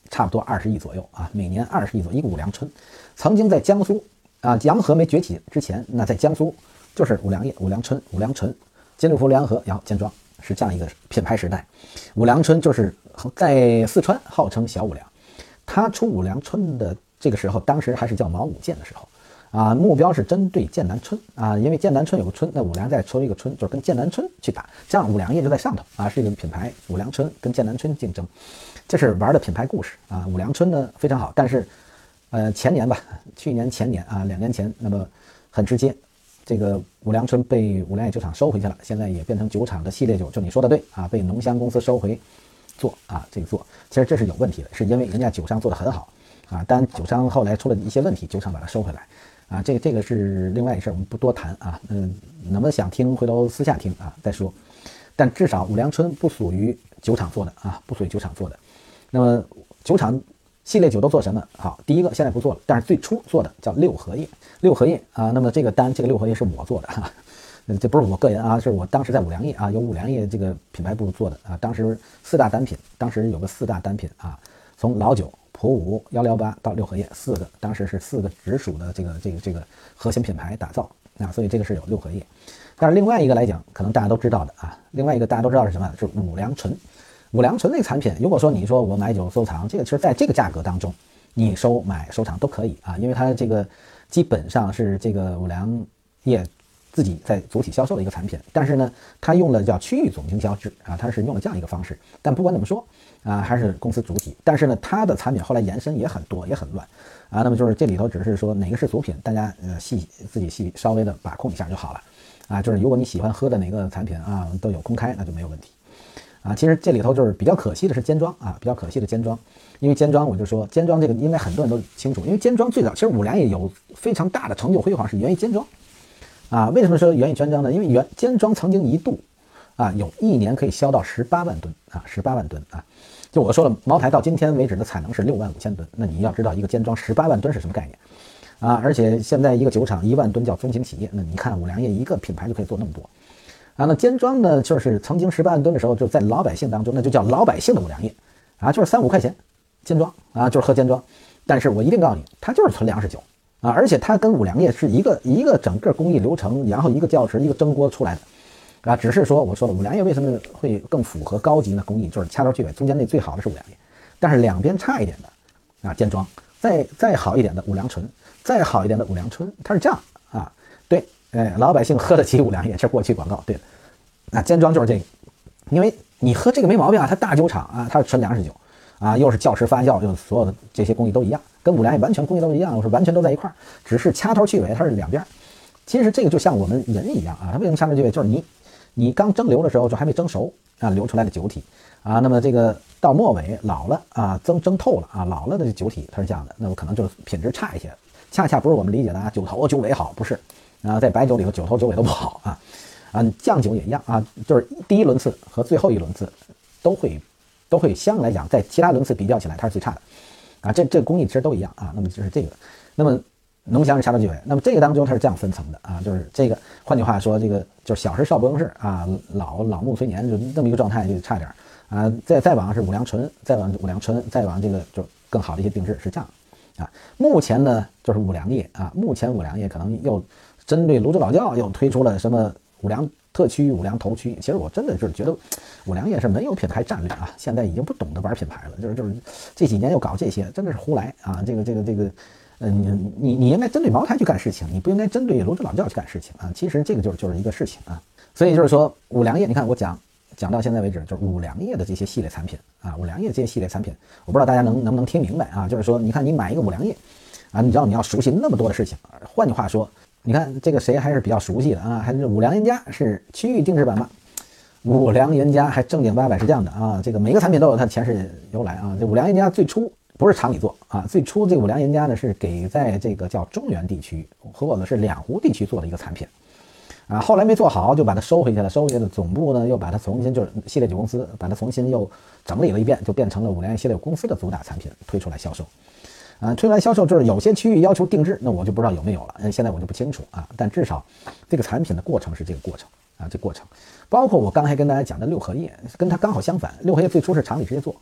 差不多20亿左右啊，每年20亿左右一个五粮春。曾经在江苏啊，洋河没崛起之前，那在江苏就是五粮液、五粮春、五粮醇、金六福、联合、然后健壮，是这样一个品牌时代。五粮春就是在四川号称小五粮，它出五粮春的这个时候，当时还是叫毛五健的时候。啊，目标是针对剑南春啊，因为剑南春有个春，那五粮再抽一个春，就是跟剑南春去打，这样五粮液就在上头啊，是一个品牌五粮春跟剑南春竞争，这是玩的品牌故事啊。五粮春呢非常好，但是前年吧，去年前年啊，2年前，那么很直接，这个五粮春被五粮液酒厂收回去了，现在也变成酒厂的系列酒，就你说的对啊，被浓香公司收回做啊，这个做，其实这是有问题的，是因为人家酒商做得很好啊，但酒商后来出了一些问题，酒厂把它收回来。啊，这个是另外一事，我们不多谈啊。能不能想听，回头私下听啊再说。但至少五粮春不属于酒厂做的啊，不属于酒厂做的。那么酒厂系列酒都做什么？好，第一个现在不做了，但是最初做的叫六合液。六合液啊，那么这个六合液是我做的哈，这不是我个人啊，是我当时在五粮液啊，由五粮液这个品牌部做的啊。当时4大单品，当时有个4大单品啊，从老酒、普五、168到六合液4个，当时是4个直属的这个核心品牌打造啊，所以这个是有六合液。但是另外一个来讲，可能大家都知道的啊，另外一个大家都知道是什么？是五粮醇。五粮醇那个产品，如果说你说我买酒收藏，这个其实在这个价格当中，你收买收藏都可以啊，因为它这个基本上是这个五粮液自己在主体销售的一个产品，但是呢，它用了叫区域总经销制啊，它是用了这样一个方式。但不管怎么说啊，还是公司主体，但是呢，它的产品后来延伸也很多，也很乱啊。那么就是这里头只是说哪个是主品，大家自己稍微的把控一下就好了啊。就是如果你喜欢喝的哪个产品啊都有公开，那就没有问题啊。其实这里头就是比较可惜的是尖庄啊，比较可惜的尖庄，因为尖庄我就说尖庄这个应该很多人都清楚，因为尖庄最早其实五粮液有非常大的成就辉煌是源于尖庄。啊，为什么说源于尖庄呢？因为尖庄曾经一度啊，有1年可以销到18万吨啊，18万吨啊。就我说了，茅台到今天为止的产能是6万5千吨，那你要知道一个尖庄18万吨是什么概念啊？而且现在一个酒厂1万吨叫中型企业，那你看五粮液一个品牌就可以做那么多啊。那尖庄呢，就是曾经18万吨的时候，就在老百姓当中，那就叫老百姓的五粮液啊，就是3-5块钱尖庄啊，就是喝尖庄。但是我一定告诉你，它就是纯粮食酒。啊，而且它跟五粮液是一个整个工艺流程，然后一个窖池一个蒸锅出来的，啊，只是说我说了五粮液为什么会更符合高级的工艺，就是掐头去尾，中间那最好的是五粮液，但是两边差一点的啊尖庄，再好一点的五粮醇，再好一点的五粮春，它是这样啊，对，老百姓喝得起五粮液，这是过去广告，对的，啊尖庄就是这个，因为你喝这个没毛病啊，它大酒厂啊，它是纯粮食酒。啊，又是窖池发酵，又所有的这些工艺都一样，跟五粮液完全工艺都一样，我说完全都在一块儿，只是掐头去尾，它是两边。其实这个就像我们人一样啊，它为什么掐头去尾？就是你刚蒸馏的时候就还没蒸熟啊，流出来的酒体啊，那么这个到末尾老了啊，蒸透了啊，老了的酒体它是这样的，那么可能就是品质差一些，恰恰不是我们理解的啊，酒头酒尾好，不是啊，在白酒里头酒头酒尾都不好啊，酱酒也一样啊，就是第一轮次和最后一轮次都会相来讲，在其他轮次比较起来，它是最差的，啊，这工艺其实都一样啊。那么就是这个，那么浓香是掐头去尾，那么这个当中它是这样分层的啊，就是这个，换句话说，这个就是小事少不更事啊，老木随年就这么一个状态就差点啊，再往是五粮醇，再往五粮醇，再往这个就更好的一些定制是这样啊。目前呢就是五粮液啊，目前五粮液可能又针对泸州老窖又推出了什么五粮特区、五粮头区，其实我真的是觉得五粮液是没有品牌战略啊，现在已经不懂得玩品牌了，就是这几年又搞这些，真的是胡来啊！这个，你应该针对茅台去干事情，你不应该针对泸州老窖去干事情啊！其实这个就是一个事情啊，所以就是说五粮液，你看我讲到现在为止，就是五粮液的这些系列产品啊，五粮液这些系列产品，我不知道大家能不能听明白啊？就是说，你看你买一个五粮液啊，你知道你要熟悉那么多的事情，换句话说。你看这个谁还是比较熟悉的啊？还是五粮原家是区域定制版吗？五粮原家还正经八百是这样的啊，这个每个产品都有它前世由来啊。这五粮原家最初不是厂里做啊，最初这个五粮原家呢是给在这个叫中原地区或者是两湖地区做的一个产品啊，后来没做好就把它收回去了，收回去的总部呢又把它重新就是系列酒公司把它重新又整理了一遍，就变成了五粮系列公司的主打产品推出来销售。推出来销售就是有些区域要求定制，那我就不知道有没有了，现在我就不清楚啊。但至少这个产品的过程是这个过程啊，这过程包括我刚才跟大家讲的六合液，跟它刚好相反。六合液最初是厂里直接做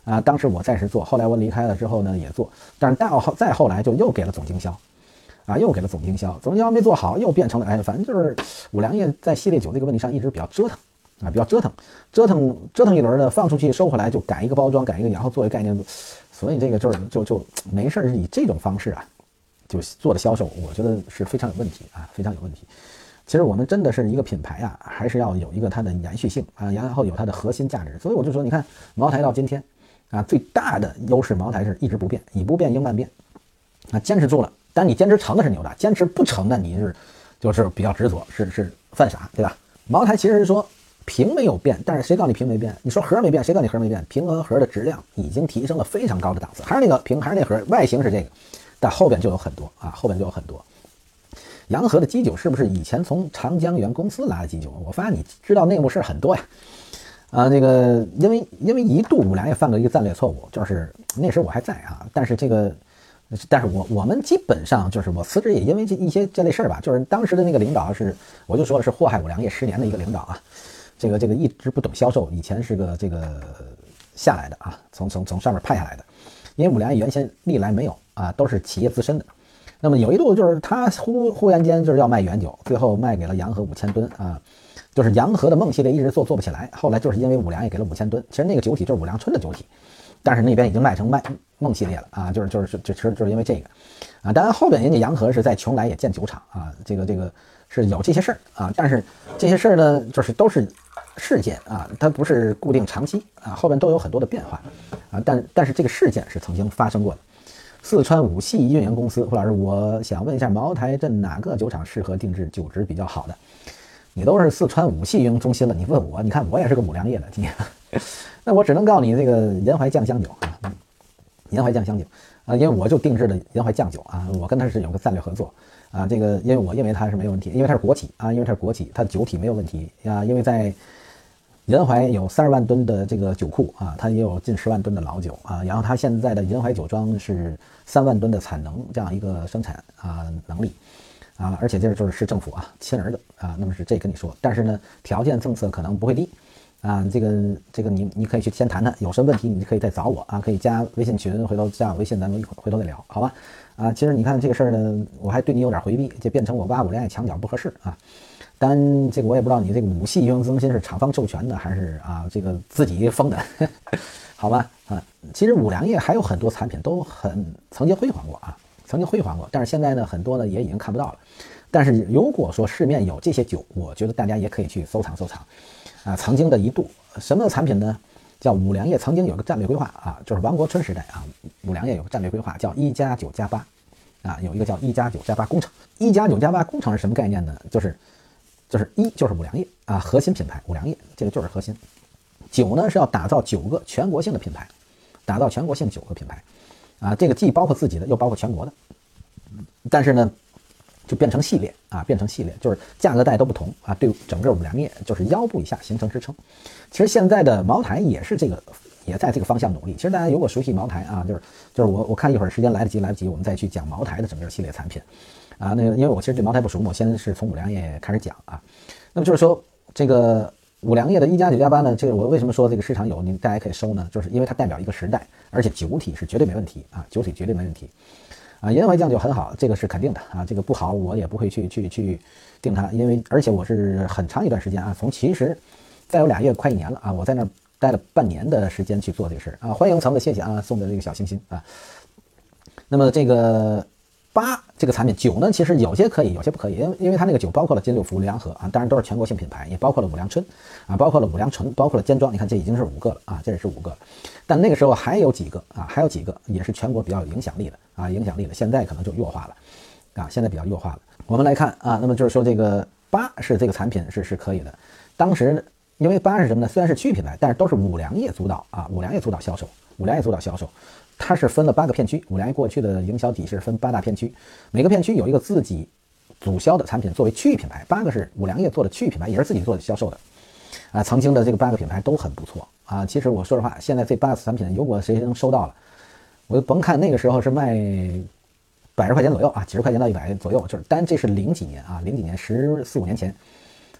啊，当时我在时做，后来我离开了之后呢也做，但是再后来就又给了总经销，啊，又给了总经销，总经销没做好，又变成了反正就是五粮液在系列酒这个问题上一直比较折腾啊，比较折腾一轮呢，放出去收回来就改一个包装，改一个然后做一个概念，所以这个就没事以这种方式啊，就做的销售，我觉得是非常有问题啊，非常有问题。其实我们真的是一个品牌啊，还是要有一个它的延续性啊，然后有它的核心价值。所以我就说，你看茅台到今天啊，最大的优势，茅台是一直不变，以不变应万变啊，坚持住了。但你坚持成的是牛的，坚持不成的你就是比较执着，是犯傻，对吧？茅台其实是说瓶没有变，但是谁告诉你瓶没变？你说盒没变，谁告诉你盒没变？瓶和盒的质量已经提升了非常高的档次，还是那个瓶，还是那盒，外形是这个，但后边就有很多啊，后边就有很多。洋河的基酒是不是以前从长江源公司来的基酒？我发现你知道内幕事很多呀。啊，这个因为一度五粮液犯了一个战略错误，就是那时候我还在啊，但是我们基本上就是我辞职也因为一些这类事儿吧，就是当时的那个领导我就说了是祸害五粮液10年的一个领导啊，这个一直不懂销售，以前是个这个下来的啊，从上面派下来的，因为五粮液原先历来没有啊，都是企业自身的。那么有一度就是他忽然间就是要卖原酒，最后卖给了洋河5000吨啊，就是洋河的梦系列一直做不起来，后来就是因为五粮液给了5000吨，其实那个酒体就是五粮春的酒体，但是那边已经卖成梦系列了啊，就是因为这个啊，当然后边人家洋河是在邛崃也建酒厂啊，这个是有这些事儿啊，但是这些事儿呢就是都是事件啊，它不是固定长期啊，后边都有很多的变化啊，但是这个事件是曾经发生过的。四川五系运营公司，胡老师，我想问一下，茅台镇哪个酒厂适合定制酒质比较好的？你都是四川五系运营中心了，你问我，你看我也是个五粮液的，今天，那我只能告诉你这个沿淮酱香酒啊，沿淮酱香酒啊，因为我就定制的沿淮酱酒啊，我跟他是有个战略合作啊，这个因为我认为它是没有问题，因为它是国企啊，因为它是国企，它的酒体没有问题啊，因为在沿淮有30万吨的这个酒库啊，它也有近10万吨的老酒啊，然后它现在的沿淮酒庄是3万吨的产能这样一个生产啊能力啊，而且这就是市政府啊亲儿子啊，那么是这跟你说，但是呢条件政策可能不会低啊，这个你可以去先谈谈，有什么问题你可以再找我啊，可以加微信群，回头加我微信，咱们回头再聊，好吧？啊，其实你看这个事儿呢，我还对你有点回避，就变成我挖五粮液墙角不合适啊。当然，这个我也不知道你这个五系运营中心是厂方授权的，还是啊这个自己封的，好吧？啊，其实五粮液还有很多产品都曾经辉煌过啊，曾经辉煌过，但是现在呢，很多呢也已经看不到了。但是如果说市面有这些酒，我觉得大家也可以去收藏收藏啊。曾经的一度，什么产品呢？叫五粮液曾经有个战略规划啊，就是王国春时代啊，五粮液有个战略规划叫1+9+8啊，有一个叫1+9+8工程。1+9+8工程是什么概念呢？就是就是五粮液啊，核心品牌五粮液，这个就是核心。9呢是要打造9个全国性的品牌，打造全国性9个品牌啊，这个既包括自己的，又包括全国的。但是呢，就变成系列啊，变成系列，就是价格带都不同啊，对整个五粮液就是腰部以下形成支撑。其实现在的茅台也是这个，也在这个方向努力。其实大家如果熟悉茅台啊，就是我看一会儿时间来得及，我们再去讲茅台的整个系列产品。啊，那个，因为我其实对茅台不熟嘛，我先是从五粮液开始讲啊。那么就是说，这个五粮液的1+9+8呢，这个我为什么说这个市场有，大家可以收呢？就是因为它代表一个时代，而且酒体是绝对没问题啊，酒体绝对没问题啊。沿淮酱酒很好，这个是肯定的啊，这个不好我也不会去定它，因为而且我是很长一段时间啊，其实再有2月快1年了啊，我在那儿待了半年的时间去做这个事啊。欢迎层的谢谢啊，送的这个小星星啊。那么这个8这个产品酒呢，其实有些可以，有些不可以，因为它那个酒包括了金六福、粮河啊，当然都是全国性品牌，也包括了五粮春啊，包括了五粮醇，包括了尖庄，你看这已经是5个了啊，这也是5个。但那个时候还有几个啊，还有几个也是全国比较有影响力的啊，现在可能就弱化了啊，现在比较弱化了。我们来看啊，那么就是说这个8是这个产品是可以的。当时因为8是什么呢？虽然是区域品牌，但是都是五粮液主导啊，五粮液主导销售，五粮液主导销售。它是分了8个片区，五粮液过去的营销体系是分8大片区，每个片区有一个自己主销的产品作为区域品牌，8个是五粮液做的区域品牌，也是自己做的销售的啊。曾经的这个8个品牌都很不错啊。其实我说实话，现在这8个产品，如果谁能收到了，我就甭看那个时候是卖100块钱左右啊，几十块钱到100左右，就是但这是零几年啊，零几年14、15年前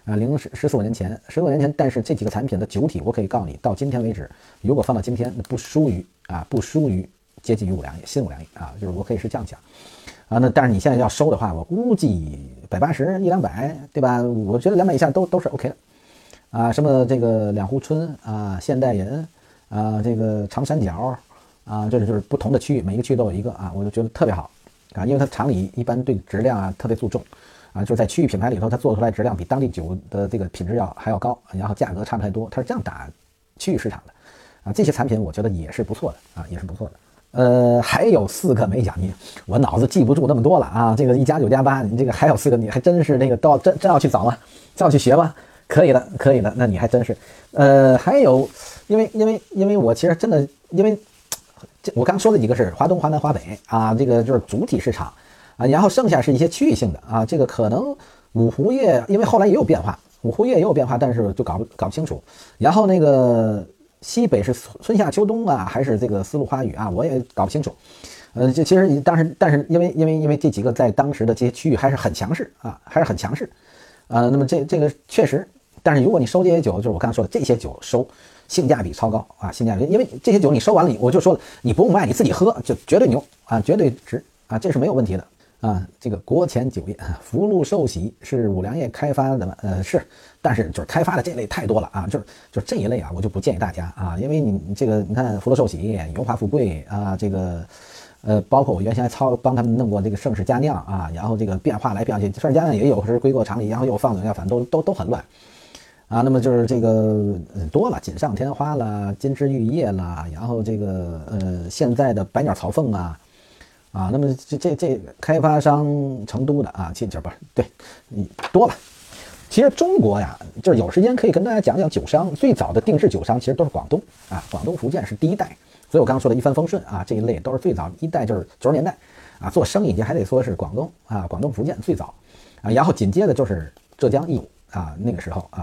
啊，14、15年前，14、15年前，但是这几个产品的酒体，我可以告诉你，到今天为止，如果放到今天，那不输于接近于五粮液，新五粮液啊，就是我可以是这样讲啊。那但是你现在要收的话，我估计180、100-200，对吧？我觉得200以下都是 OK 的啊。什么这个两湖春啊、现代银啊、这个长三角啊，这就是不同的区域，每一个区域都有一个啊，我就觉得特别好啊，因为它厂里一般对质量啊特别注重。啊，就是在区域品牌里头，它做出来质量比当地酒的这个品质还要高，然后价格差不太多，它是这样打区域市场的，啊，这些产品我觉得也是不错的啊，也是不错的。还有4个没讲，我脑子记不住那么多了啊，这个1+9+8，你这个还有4个，你还真是那个真要去找吗？真要去学吗？可以的，那你还真是。还有，因为我其实真的，因为我刚说的几个是华东、华南、华北啊，这个就是主体市场。啊，然后剩下是一些区域性的啊，这个可能五湖液，因为后来也有变化，五湖液也有变化，但是就搞不清楚。然后那个西北是春夏秋冬啊，还是这个丝路花雨啊，我也搞不清楚。这其实但是因为这几个在当时的这些区域还是很强势啊，还是很强势。那么这个确实，但是如果你收这些酒，就是我刚才说的这些酒收性价比超高啊，性价比，因为这些酒你收完了，我就说了，你不用卖，你自己喝就绝对牛啊，绝对值啊，这是没有问题的。啊，这个国前酒业，福禄寿喜是五粮液开发的吗？是，但是就是开发的这类太多了啊，就是这一类啊，我就不建议大家啊，因为你这个你看福禄寿喜、荣华富贵啊，这个包括我原先还帮他们弄过这个盛世佳酿啊，然后这个变化来变去，盛世佳酿也有是归过厂里，然后又放怎么样，反正都很乱啊。那么就是这个多了，锦上添花啦，金枝玉叶啦，然后这个现在的百鸟朝凤啊。啊，那么这开发商成都的啊，其实不是对，多了。其实中国呀，就是有时间可以跟大家讲讲酒商最早的定制酒商，其实都是广东啊，广东福建是第一代。所以我刚刚说的一帆风顺啊，这一类都是最早一代，就是90年代啊，做生意你还得说是广东啊，广东福建最早啊，然后紧接着就是浙江义乌啊，那个时候，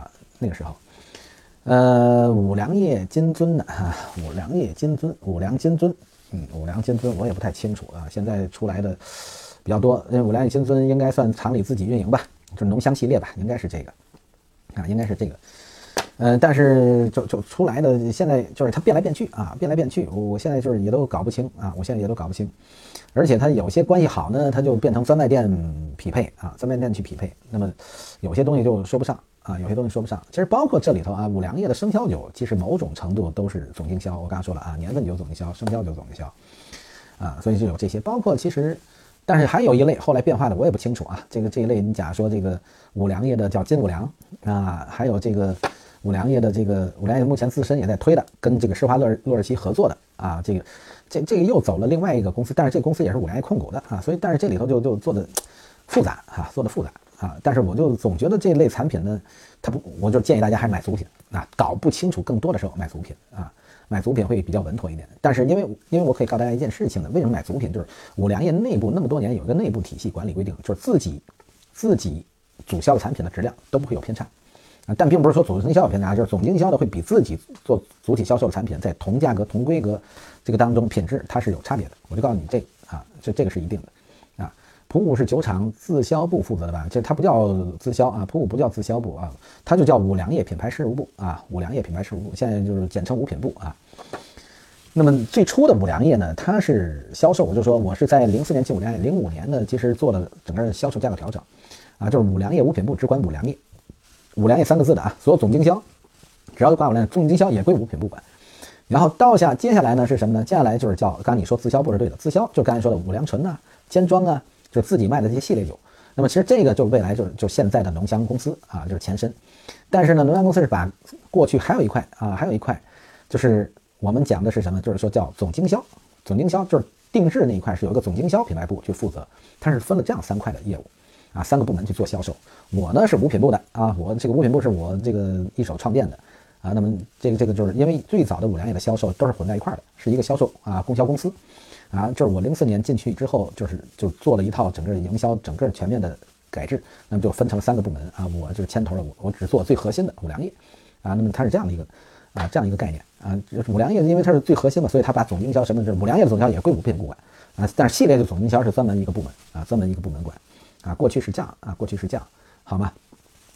五粮液金樽的啊，五粮液金樽，五粮金樽。五粮金樽我也不太清楚啊，现在出来的比较多。五粮液金樽应该算厂里自己运营吧，就是浓香系列吧，应该是这个啊，应该是这个。但是就出来的现在就是它变来变去啊，变来变去，我现在就是也都搞不清啊，我现在也都搞不清。而且它有些关系好呢，它就变成专卖店匹配啊，专卖店去匹配。那么有些东西就说不上啊，有些东西说不上。其实包括这里头啊，五粮液的生肖酒，其实某种程度都是总经销。我刚才说了啊，年份酒总经销，生肖酒总经销啊，所以就有这些。包括其实，但是还有一类后来变化的，我也不清楚啊。这一类，你假如说这个五粮液的叫金五粮啊，还有这个五粮液的这个五粮液目前自身也在推的，跟这个施华洛世奇合作的啊，这个又走了另外一个公司，但是这个公司也是五粮液控股的啊，所以但是这里头就做的复杂啊，做的复杂啊，但是我就总觉得这类产品呢，我就建议大家还是买足品啊，搞不清楚更多的时候买足品啊，买足品会比较稳妥一点。但是因为我可以告诉大家一件事情呢，为什么买足品，就是五粮液内部那么多年有一个内部体系管理规定，就是自己主销的产品的质量都不会有偏差。但并不是说总经销有偏差，就是总经销的会比自己做主体销售的产品在同价格同规格这个当中品质它是有差别的。我就告诉你这个啊，这个是一定的啊。普五是酒厂自销部负责的吧？这它不叫自销啊，普五不叫自销部啊，它就叫五粮液品牌事务部啊，五粮液品牌事务部现在就是简称五品部啊。那么最初的五粮液呢，它是销售，我就说我是在04年进五粮液，05年呢其实做了整个销售价格调整啊，就是五粮液五品部只管五粮液。五粮液3个字的啊，所有总经销只要管五粮液，总经销也归五品部管。然后接下来呢是什么呢？接下来就是叫刚才你说自销部是对的，自销就刚才说的五粮醇啊、尖庄啊，就是自己卖的这些系列酒。那么其实这个就未来就现在的浓香公司啊，就是前身。但是呢，浓香公司是把过去还有一块就是我们讲的是什么？就是说叫总经销，总经销就是定制那一块是有一个总经销品牌部去负责，它是分了这样3块的业务。啊，3个部门去做销售。我呢是五品部的啊，我这个五品部是我这个一手创建的啊。那么这个就是因为最早的五粮液的销售都是混在一块的，是一个销售啊供销公司啊。就是我04年进去之后，就做了一套整个营销整个全面的改制，那么就分成了3个部门啊。我就是牵头了，我只做最核心的五粮液啊。那么它是这样的一个概念啊。就是五粮液因为它是最核心嘛，所以它把总经销什么，就是五粮液的总经销也归五品部管啊。但是系列的总经销是专门一个部门啊，专门一个部门管。啊，过去是这样，好吗？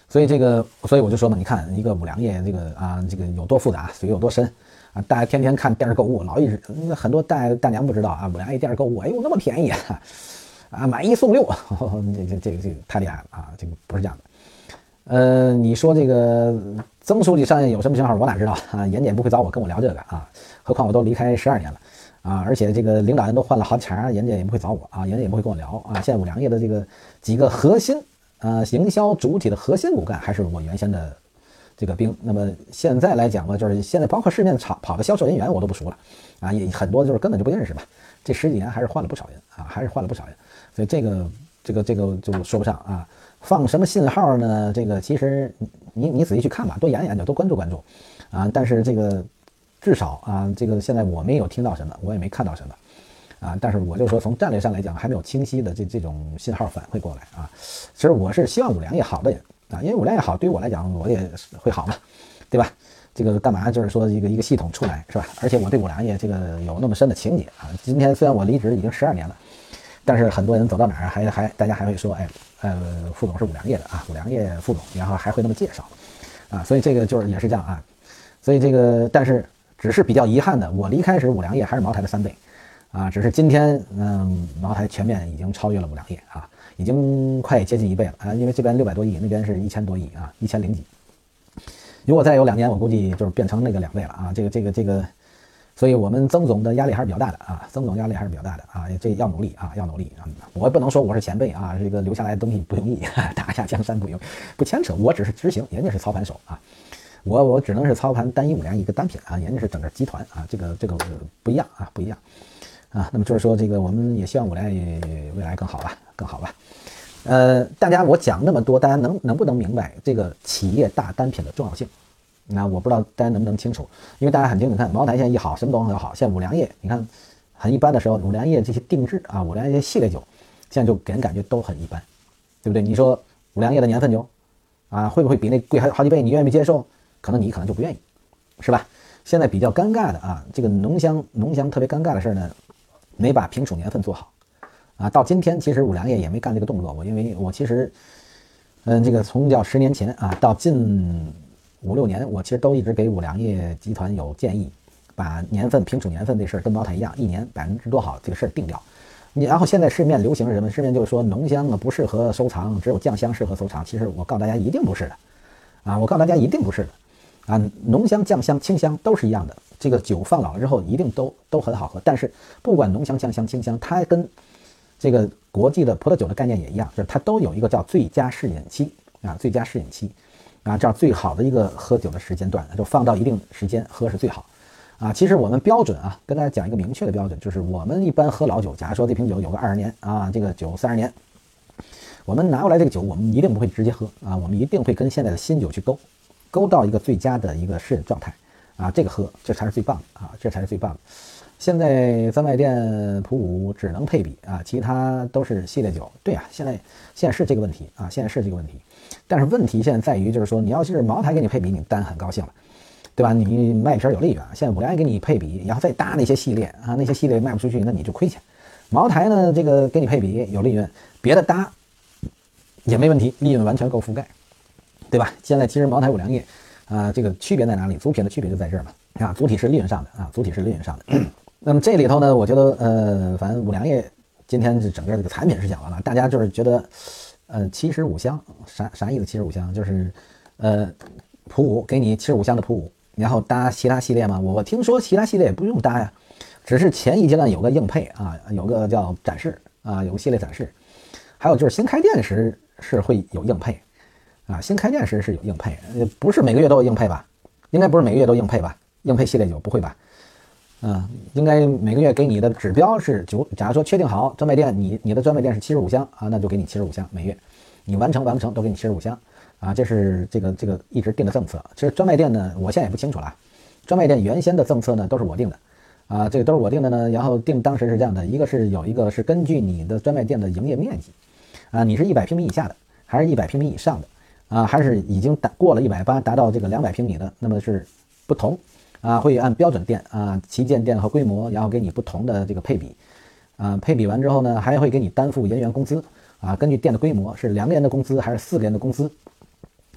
所以我就说嘛，你看一个五粮液这个有多复杂，水有多深啊！大家天天看电视购物，老一直很多大娘不知道啊，五粮液电视购物，哎呦那么便宜啊，买1送6，这个太厉害了啊！这个不是这样的。你说这个曾书记上任有什么信号，我哪知道啊？人家也不会找我跟我聊这个啊，何况我都离开12年了啊，而且这个领导人都换了好几茬，人家也不会找我啊，人家也不会跟我聊啊。现在五粮液的这个几个核心营销主体的核心骨干还是我原先的这个兵。那么现在来讲呢，就是现在包括市面跑的销售人员我都不熟了啊，也很多就是根本就不认识吧。这10几年还是换了不少人啊，所以这个就说不上啊。放什么信号呢？这个其实你仔细去看吧，多研究，多关注啊。但是这个至少啊，这个现在我没有听到什么，我也没看到什么啊。但是我就说从战略上来讲，还没有清晰的这种信号反馈过来啊。其实我是希望五粮液好的人啊，因为五粮液好，对于我来讲我也会好嘛，对吧？这个干嘛就是说一个系统出来是吧？而且我对五粮液这个有那么深的情结啊。今天虽然我离职已经12年了，但是很多人走到哪儿大家还会说，副总是五粮液的啊，五粮液副总，然后还会那么介绍啊。所以这个就是也是这样啊。所以这个但是只是比较遗憾的，我离开时五粮液还是茅台的3倍啊，只是今天茅台全面已经超越了五粮液啊，已经快接近1倍了啊，因为这边600多亿，那边是1000多亿啊，1000几。如果再有2年，我估计就是变成那个2倍了啊，这个，所以我们曾总的压力还是比较大的啊，这要努力啊，我也不能说我是前辈啊，这个留下来的东西不容易，打下江山不牵扯，我只是执行，人家是操盘手啊。我只能是操盘单一五粮液一个单品啊，人家是整个集团啊，这个不一样啊。那么就是说这个我们也希望五粮液未来更好吧。大家我讲那么多，大家能不能明白这个企业大单品的重要性？那我不知道大家能不能清楚，因为大家很清楚，看茅台现在一好，什么东西都好。现在五粮液，你看很一般的时候，五粮液这些定制啊，五粮液系列酒，现在就给人感觉都很一般，对不对？你说五粮液的年份酒啊，会不会比那贵好几倍？你愿意接受？可能就不愿意，是吧？现在比较尴尬的啊，这个浓香特别尴尬的事呢，没把评储年份做好啊。到今天其实五粮液也没干这个动作，因为我其实这个从10年前啊到近5、6年，我其实都一直给五粮液集团有建议，把评储年份这事儿跟茅台一样，1年%多少这个事儿定掉。然后现在市面流行是什么？市面就是说浓香不适合收藏，只有酱香适合收藏。其实我告诉大家一定不是的啊，啊，浓香、酱香、清香都是一样的。这个酒放老了之后一定都很好喝，但是不管浓香、酱香、清香，它跟这个国际的葡萄酒的概念也一样，就是它都有一个叫最佳适饮期啊，这样最好的一个喝酒的时间段，就放到一定时间喝是最好啊。其实我们标准啊，跟大家讲一个明确的标准，就是我们一般喝老酒，假如说这瓶酒有个20年啊，这个酒30年，我们拿过来这个酒，我们一定不会直接喝啊，我们一定会跟现在的新酒去勾到一个最佳的一个适饮状态啊，这个喝这才是最棒的啊，现在专卖店普五只能配比啊，其他都是系列酒。对啊，现在是这个问题啊，但是问题现在在于就是说，你要是茅台给你配比，你当然很高兴了，对吧？你卖瓶有利润，现在五粮液给你配比，然后再搭那些系列啊，那些系列卖不出去，那你就亏钱。茅台呢，这个给你配比有利润，别的搭也没问题，利润完全够覆盖。对吧？现在其实茅台五粮液啊，这个区别在哪里？主品的区别就在这儿嘛啊，主体是利润上的啊，那么这里头呢，我觉得反正五粮液今天是整个这个产品是讲完了，大家就是觉得75香啥意思？75香就是普五给你75香的普五，然后搭其他系列嘛。我听说其他系列也不用搭呀，只是前一阶段有个硬配啊，有个叫展示啊，有个系列展示，还有就是新开店时是会有硬配。啊，新开店时是有硬配，不是每个月都有硬配吧？应该不是每个月都硬配吧？硬配系列酒不会吧？应该每个月给你的指标是假如说确定好专卖店，你的专卖店是75香啊，那就给你75香每月，你完成都给你75香啊，这是这个一直定的政策。其实专卖店呢，我现在也不清楚了，专卖店原先的政策呢都是我定的啊，这个都是我定的呢。然后当时是这样的，有一个是根据你的专卖店的营业面积啊，你是100平米以下的，还是100平米以上的？啊，还是已经过了180，达到这个200平米的，那么是不同啊，会按标准店啊、旗舰店和规模，然后给你不同的这个配比啊。配比完之后呢，还会给你担负人员工资啊，根据店的规模是2个人的工资还是4个人的工资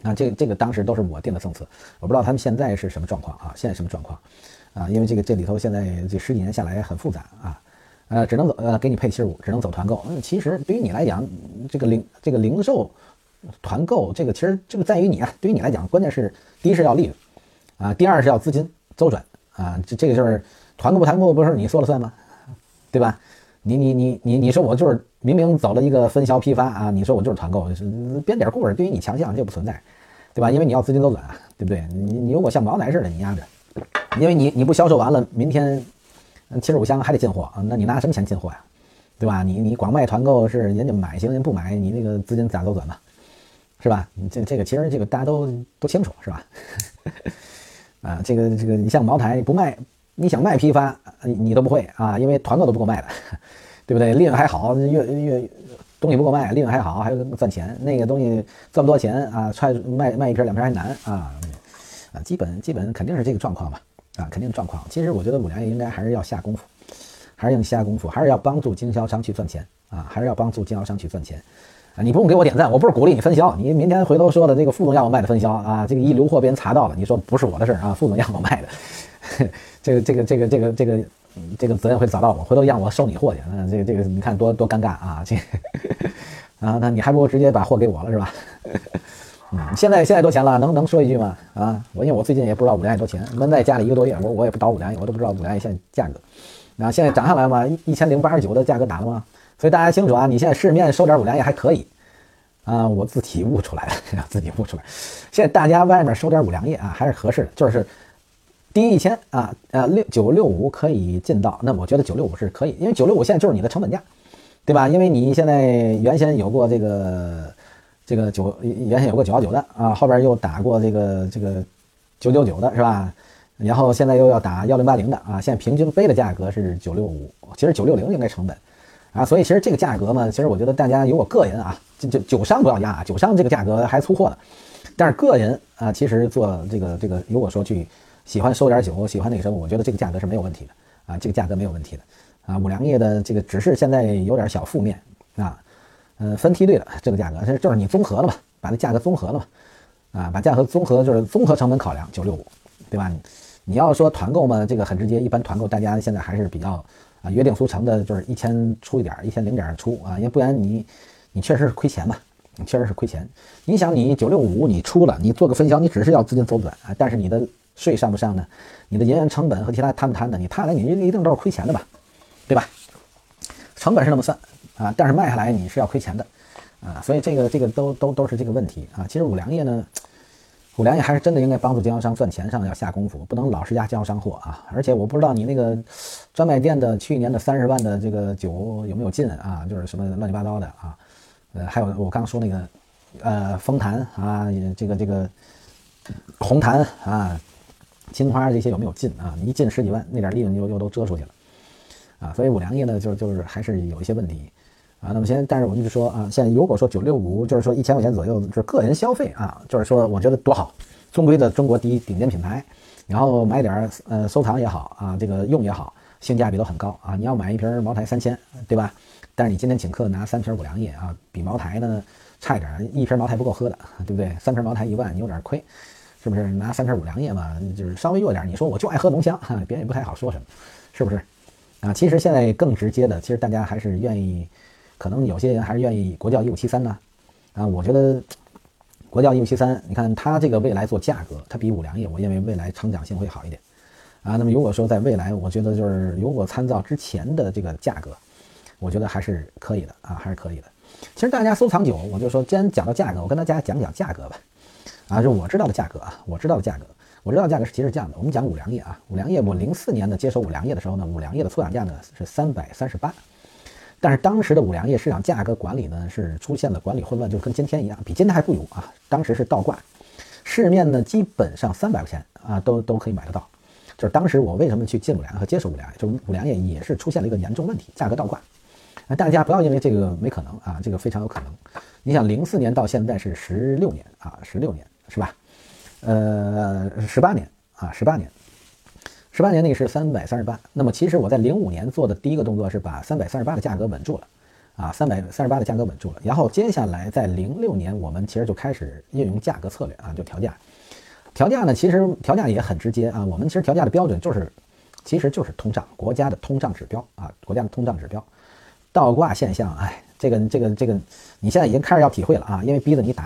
啊，这个当时都是我定的政策，我不知道他们现在是什么状况啊？现在什么状况啊？因为这里头现在这10几年下来很复杂啊，只能走给你配75，只能走团购。其实对于你来讲，这个零售团购这个其实这个在于你啊，对于你来讲，关键是第一是要利润啊，第二是要资金周转啊，这个就是团购不团购不是你说了算吗？对吧？你说我就是明明走了一个分销批发啊，你说我就是团购，编点故事对于你强项就不存在，对吧？因为你要资金周转啊，对不对？你如果像茅台似的你压着，因为你不销售完了，明天75箱还得进货啊，那你拿什么钱进货呀？对吧？你光卖团购是人家买行，人不买，你那个资金咋周转嘛？是吧？这个其实这个大家都清楚，是吧？啊，这个你像茅台不卖，你想卖批发，你都不会啊，因为团购都不够卖的，对不对？利润还好，越东西不够卖，利润还好，还有赚钱。那个东西这么多钱啊，卖一瓶2瓶还难啊，基本肯定是这个状况吧，啊，肯定是状况。其实我觉得五粮液应该还是要下功夫，还是要帮助经销商去赚钱啊，还是要帮助经销商去赚钱。啊，你不用给我点赞，我不是鼓励你分销。你明天回头说的这个副总让我卖的分销啊，这个一留货被人查到了，你说不是我的事啊，副总让我卖的，这个责任会找到我，回头让我收你货去。这个你看多尴尬啊！啊，那你还不如直接把货给我了是吧？现在多钱了？能说一句吗？啊，因为我最近也不知道五粮液多钱，闷在家里1个多月，我也不倒五粮液，我都不知道五粮液现在价格。那现在涨上来嘛，1089的价格打了吗？所以大家清楚啊，你现在市面收点五粮液还可以啊，我自己悟出来了，现在大家外面收点五粮液啊，还是合适的，就是低1000啊，965可以进到，那我觉得965是可以，因为965现在就是你的成本价，对吧？因为你现在原先有过原先有过919的啊，后边又打过这个999的是吧？然后现在又要打1080的啊，现在平均杯的价格是965，其实960应该成本。啊，所以其实这个价格嘛，其实我觉得大家有我个人啊，就酒商不要压，酒商这个价格还出货呢。但是个人啊，其实做这个，如果说去喜欢收点酒，喜欢那个什么，我觉得这个价格是没有问题的啊，这个价格没有问题的啊。五粮液的这个只是现在有点小负面啊，分梯队的这个价格，就是你综合了嘛，把这价格综合了嘛，啊，把价格综合就是综合成本考量965，对吧？你要说团购嘛，这个很直接，一般团购大家现在还是比较。啊，约定俗成的就是1000出一点，1000零点出啊，因为不然你确实是亏钱嘛，你确实是亏钱。你想你965你出了，你做个分销，你只是要资金周转啊，但是你的税上不上呢？你的人员成本和其他摊不摊的，你摊来你一定都是亏钱的吧，对吧？成本是那么算啊，但是卖下来你是要亏钱的啊，所以这个都是这个问题啊。其实五粮液呢。五粮液还是真的应该帮助经销商赚钱上要下功夫，不能老是压经销商货啊！而且我不知道你那个专卖店的去年的30万的这个酒有没有进啊？就是什么乱七八糟的啊，还有我刚说那个丰坛啊，这个红坛啊，金花这些有没有进啊？你一进10几万，那点利润又都遮出去了啊！所以五粮液呢，就是还是有一些问题。啊，那么但是我就是说啊，现在如果说965，就是说1000块钱左右，就是个人消费啊，就是说我觉得多好，中规的中国第一顶尖品牌，然后买点收藏也好啊，这个用也好，性价比都很高啊。你要买一瓶茅台3000，对吧？但是你今天请客拿3瓶五粮液啊，比茅台呢差一点，一瓶茅台不够喝的，对不对？3瓶茅台1万，你有点亏，是不是？拿3瓶五粮液嘛，就是稍微弱点。你说我就爱喝浓香，别人也不太好说什么，是不是？啊，其实现在更直接的，其实大家还是愿意。可能有些人还是愿意国窖1573呢，啊，我觉得国窖1573，你看它这个未来做价格，它比五粮液，我认为未来成长性会好一点，啊，那么如果说在未来，我觉得就是如果参照之前的这个价格，我觉得还是可以的啊，还是可以的。其实大家收藏酒，我就说，既然讲到价格，我跟大家讲讲价格吧，啊，就我知道的价格啊，我知道的价格是其实是这样的，我们讲五粮液啊，五粮液我04年的接手五粮液的时候呢，五粮液的出厂价呢是338。但是当时的五粮液市场价格管理呢是出现了管理混乱，就跟今天一样，比今天还不如啊。当时是倒挂，市面呢基本上300块钱啊都可以买得到。就是当时我为什么去进五粮液和接手五粮液，就五粮液也是出现了一个严重问题，价格倒挂。大家不要因为这个没可能啊，这个非常有可能。你想04年到现在是16年啊，16年是吧？18年啊，18年。18年那个是338，那么其实我在05年做的第一个动作是把338的价格稳住了， 338的价格稳住了。然后接下来在06年我们其实就开始运用价格策略啊，就调价。调价呢，其实调价也很直接啊，我们其实调价的标准其实就是通胀，国家的通胀指标啊，国家的通胀指标。倒挂现象，这个你现在已经开始要体会了啊，因为逼着你打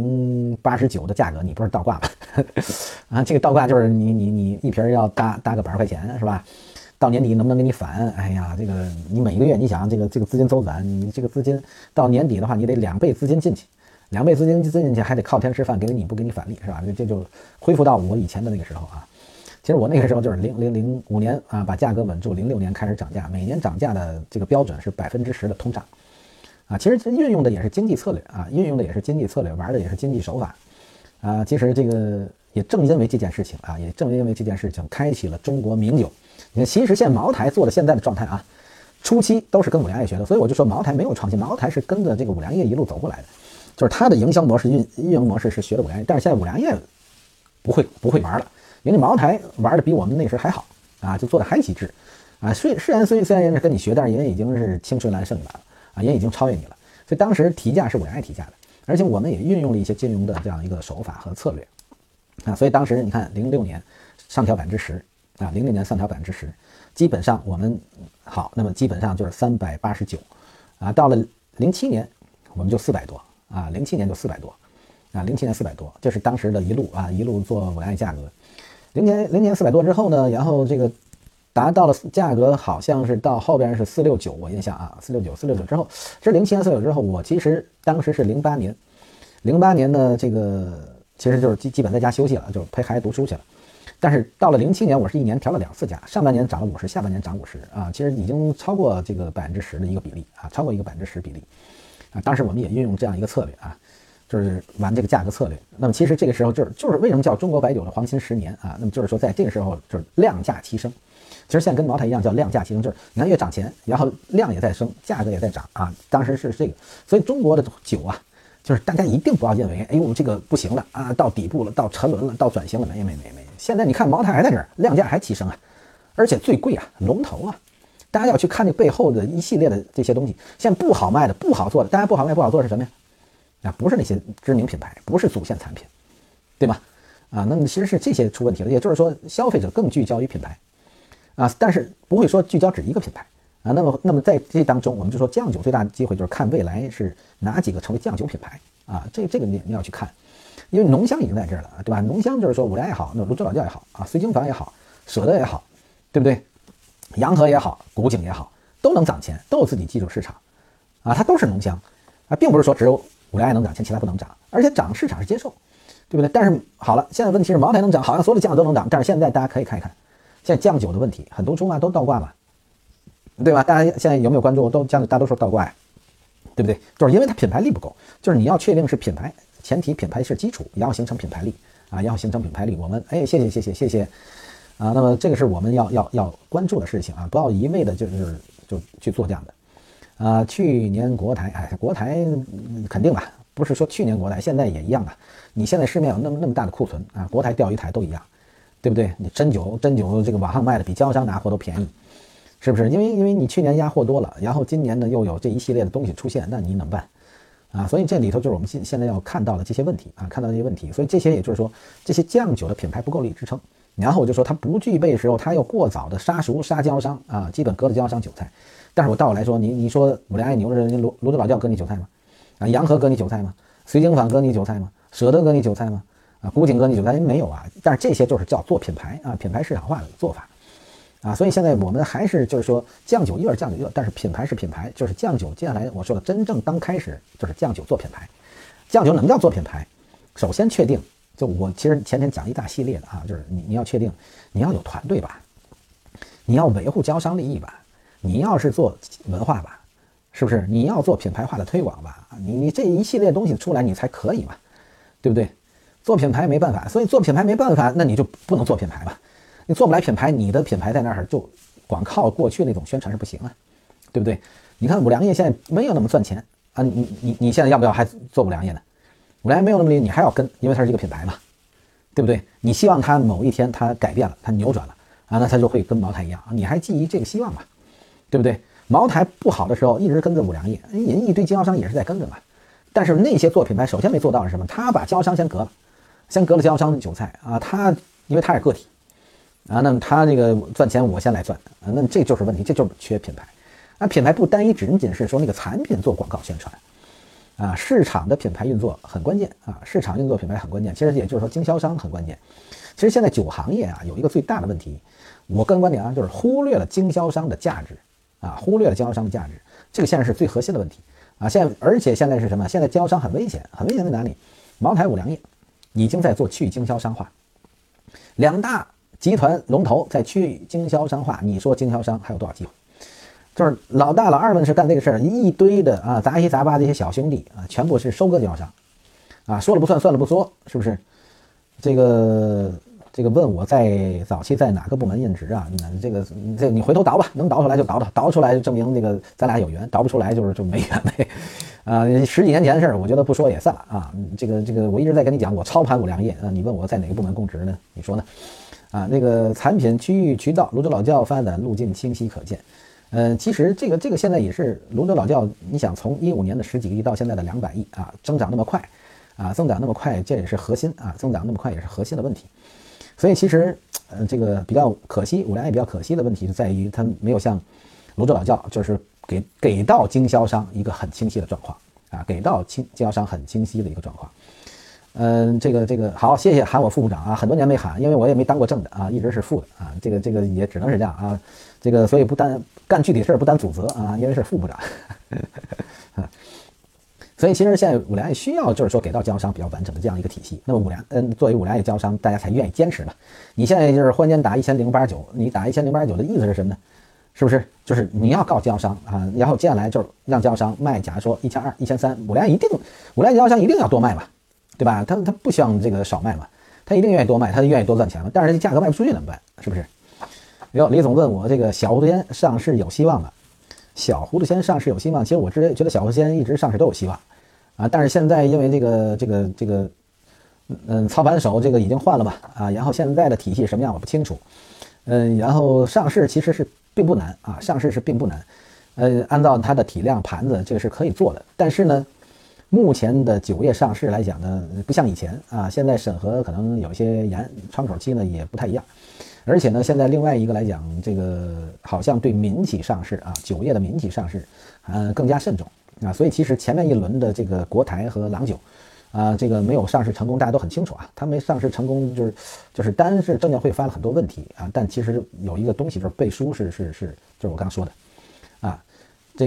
1089的价格，你不是倒挂吧？啊，这个倒挂就是你一瓶要搭个100块钱是吧？到年底能不能给你返？哎呀，这个你每个月你想这个资金周转，你这个资金到年底的话，你得2倍资金进去，2倍资金进去还得靠天吃饭，不给你返利是吧？这就恢复到我以前的那个时候啊。其实我那个时候就是05年啊，把价格稳住，06年开始涨价，每年涨价的这个标准是10%的通胀，啊，其实运用的也是经济策略啊，玩的也是经济手法，啊，其实这个也正因为这件事情啊，开启了中国名酒。你看新实现茅台做的现在的状态啊，初期都是跟五粮液学的，所以我就说茅台没有创新，茅台是跟着这个五粮液一路走过来的，就是它的营销模式、运营模式是学的五粮液，但是现在五粮液不会玩了。人家茅台玩的比我们那时还好啊，就做的还极致啊。虽然人家跟你学，但是人家已经是青出于蓝胜于蓝了啊，人家已经超越你了。所以当时提价是五粮液提价的，而且我们也运用了一些金融的这样一个手法和策略啊。所以当时你看06年上调10%啊，06年上调10%，基本上我们好，那么基本上就是389啊。到了07年我们就400多啊，07年就400多啊，07年400多，这是当时的一路做五粮液价格。零年400多之后呢，然后这个达到了价格，好像是到后边是469，我印象啊，469之后，这是07年469之后，我其实当时是08年呢，这个其实就是基本在家休息了，就陪孩子读书去了。但是到了07年，我是一年调了2次价，上半年涨了50%，下半年涨50%啊，其实已经超过这个10%的一个比例啊，超过一个10%比例啊。当时我们也运用这样一个策略啊。就是玩这个价格策略，那么其实这个时候就是为什么叫中国白酒的黄金10年啊？那么就是说在这个时候就是量价齐升，其实现在跟茅台一样叫量价齐升，就是你看越涨钱，然后量也在升，价格也在涨啊。当时是这个，所以中国的酒啊，就是大家一定不要认为，哎呦这个不行了啊，到底部了，到沉沦了，到转型了，没。现在你看茅台还在这儿，量价还齐升啊，而且最贵啊，龙头啊，大家要去看这背后的一系列的这些东西。现在不好卖的、不好做的，大家不好卖、不好做是什么呀？啊，不是那些知名品牌，不是主线产品，对吧？啊，那么其实是这些出问题了，也就是说消费者更聚焦于品牌，啊，但是不会说聚焦只一个品牌啊。那么在这当中，我们就说酱酒最大的机会就是看未来是哪几个成为酱酒品牌啊，这个你要去看，因为浓香已经在这儿了，对吧？浓香就是说五粮也好，那泸州老窖也好啊，绥靖坊也好，舍得也好，对不对？洋河也好，古井也好，都能涨钱，都有自己基础市场啊，它都是浓香啊，并不是说只有五粮液能涨钱，其他不能涨，而且涨市场是接受，对不对？但是好了，现在问题是茅台能涨，好像所有的酱都能涨，但是现在大家可以看一看，现在酱酒的问题，很多中啊都倒挂嘛，对吧？大家现在有没有关注？酱酒大多数倒挂呀，对不对？就是因为它品牌力不够，就是你要确定是品牌，前提品牌是基础，然后形成品牌力啊，要形成品牌力。我们谢谢啊，那么这个是我们要关注的事情啊，不要一味的就去做这样的。去年国台，国台肯定吧，不是说去年国台，现在也一样啊。你现在市面有那么大的库存啊，国台、钓鱼台都一样，对不对？你真酒这个网上卖的比经销商拿货都便宜，是不是？因为你去年压货多了，然后今年呢又有这一系列的东西出现，那你怎么办啊？所以这里头就是我们现在要看到的这些问题啊，所以这些也就是说，这些酱酒的品牌不够力支撑，然后我就说它不具备时候，它又过早的杀熟杀经销商啊，基本割了经销商韭菜。但是我倒来说，你说五粮液牛人家泸州老窖割你韭菜吗？啊，洋河割你韭菜吗？绥靖坊割你韭菜吗？舍得割你韭菜吗？啊，古井割你韭菜没有啊？但是这些就是叫做品牌啊，品牌市场化的做法啊。所以现在我们还是就是说酱酒酱酒，但是品牌是品牌，就是酱酒。接下来我说的真正刚开始就是酱酒做品牌，酱酒能叫做品牌，首先确定，就我其实前天讲一大系列的啊，就是你要确定你要有团队吧，你要维护经销商利益吧。你要是做文化吧，是不是？你要做品牌化的推广吧，你这一系列东西出来，你才可以嘛，对不对？做品牌没办法，所以做品牌没办法，那你就不能做品牌吧？你做不来品牌，你的品牌在那儿就光靠过去那种宣传是不行啊，对不对？你看五粮液现在没有那么赚钱啊，你现在要不要还做五粮液呢？五粮液没有那么厉害，你还要跟，因为它是一个品牌嘛，对不对？你希望它某一天它改变了，它扭转了啊，那它就会跟茅台一样，你还寄予这个希望嘛？对不对？ 茅台不好的时候一直跟着五粮液，人一堆经销商也是在跟着嘛。但是那些做品牌首先没做到是什么？他把经销商先割了经销商的韭菜啊，因为他是个体啊，那么他这个赚钱我先来赚啊，那这就是问题，这就是缺品牌。那品牌不单一仅仅是说那个产品做广告宣传啊，市场的品牌运作很关键啊，市场运作品牌很关键。其实也就是说经销商很关键。其实现在酒行业啊有一个最大的问题，我个人观点啊就是忽略了经销商的价值啊，忽略了经销商的价值，这个现在是最核心的问题啊。而且现在是什么？现在经销商很危险，很危险在哪里？茅台、五粮液已经在做去经销商化，两大集团龙头在去经销商化，你说经销商还有多少机会？就是老大老二们是干这个事儿，一堆的啊杂七杂八的一些小兄弟啊，全部是收割经销商啊，说了不算，算了不说，是不是？这个问我在早期在哪个部门任职啊？这你回头倒吧，能倒出来就倒出来就证明这个咱俩有缘，倒不出来就没缘呗。十几年前的事儿，我觉得不说也算了啊。这个我一直在跟你讲，我操盘五粮液啊，你问我在哪个部门供职呢？你说呢？啊，那个产品区域渠道，泸州老窖发展路径清晰可见。其实这个现在也是泸州老窖，你想从15年的10几个亿到现在的200亿啊，增长那么快啊，增长那么快，这也是核心啊，增长那么快也是核心的问题。所以其实这个比较可惜，五粮液比较可惜的问题就在于它没有像泸州老窖，就是给到经销商一个很清晰的状况啊，给到经销商很清晰的一个状况。这个好，谢谢喊我副部长啊，很多年没喊，因为我也没当过正的啊，一直是副的啊，这个也只能是这样啊，所以不单干具体事儿不担主责啊，因为是副部长。所以其实现在五粮液需要就是说给到经销商比较完整的这样一个体系，那么作为五粮液经销商，大家才愿意坚持嘛。你现在就是忽然间打1089，你打1089的意思是什么呢？是不是就是你要告经销商啊，然后接下来就是让经销商卖，假如说1200、1300，五粮液经销商一定要多卖嘛，对吧？他不希望这个少卖嘛，他一定愿意多卖，他愿意多赚钱嘛。但是这价格卖不出去怎么办？是不是？李总问我这个小糊涂仙上市有希望吗？小糊涂仙上市有希望，其实我觉得小糊涂仙一直上市都有希望啊，但是现在因为这个操盘手这个已经换了吧啊，然后现在的体系什么样我不清楚，然后上市其实是并不难啊，上市是并不难，按照它的体量盘子这个是可以做的，但是呢，目前的酒业上市来讲呢，不像以前啊，现在审核可能有一些严，窗口期呢也不太一样。而且呢，现在另外一个来讲，这个好像对民企上市啊，酒业的民企上市，更加慎重啊。所以其实前面一轮的这个国台和郎酒，啊，这个没有上市成功，大家都很清楚啊。他没上市成功，就是单是证监会发了很多问题啊，但其实有一个东西就是背书就是我刚刚说的，啊，这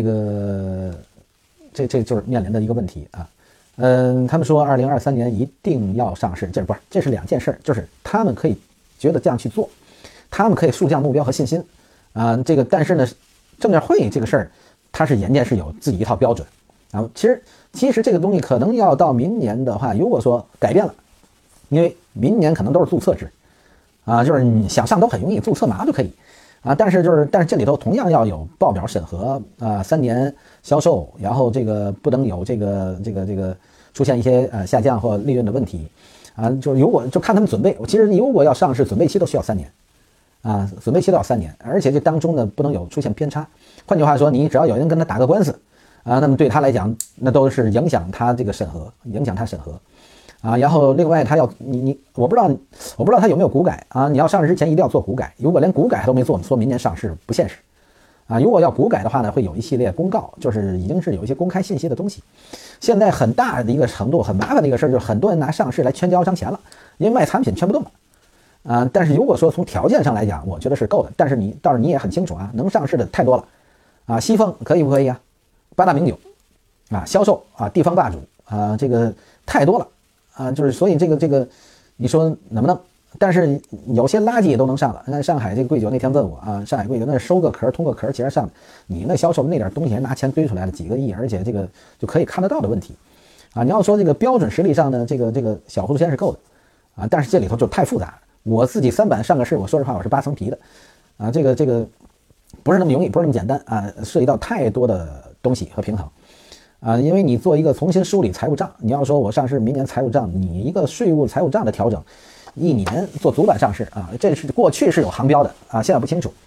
就是面临的一个问题啊。他们说2023年一定要上市，这是两件事，就是他们可以觉得这样去做。他们可以树降目标和信心啊，但是呢，证监会这个事儿，它是人家是有自己一套标准啊。其实这个东西可能要到明年的话，如果说改变了，因为明年可能都是注册制啊，就是你想上都很容易，注册马上就可以啊。但是这里头同样要有报表审核啊，3年销售，然后这个不能有这个出现一些下降或利润的问题啊。如果看他们准备，其实如果要上市，准备期都需要3年。啊，准备期都要3年，而且这当中呢不能有出现偏差。换句话说，你只要有人跟他打个官司，啊，那么对他来讲，那都是影响他这个审核，啊。然后另外他要我不知道他有没有股改啊？你要上市之前一定要做股改，如果连股改都没做，说明年上市不现实，啊。如果要股改的话呢，会有一系列公告，就是已经是有一些公开信息的东西。现在很大的一个程度，很麻烦的一个事儿，就是很多人拿上市来圈经销商钱了，因为卖产品圈不动了。啊，但是如果说从条件上来讲，我觉得是够的。但是你也很清楚啊，能上市的太多了，啊，西凤可以不可以啊？八大名酒，啊，销售啊，地方霸主啊，这个太多了啊，所以这个，你说能不能？但是有些垃圾也都能上了。那上海这个贵酒那天问我啊，上海贵酒那收个壳通个壳其实上，你那销售那点东西还拿钱堆出来了几个亿，而且这个就可以看得到的问题，啊，你要说这个标准实力上呢，这个小糊涂先是够的，啊，但是这里头就太复杂了。我自己3板上个市，我说实话我是8层皮的，啊，这个不是那么容易，不是那么简单啊，涉及到太多的东西和平衡，啊，因为你做一个重新梳理财务账，你要说我上市明年财务账，你一个税务财务账的调整，1年做主板上市啊，这是过去是有航标的啊，现在不清楚，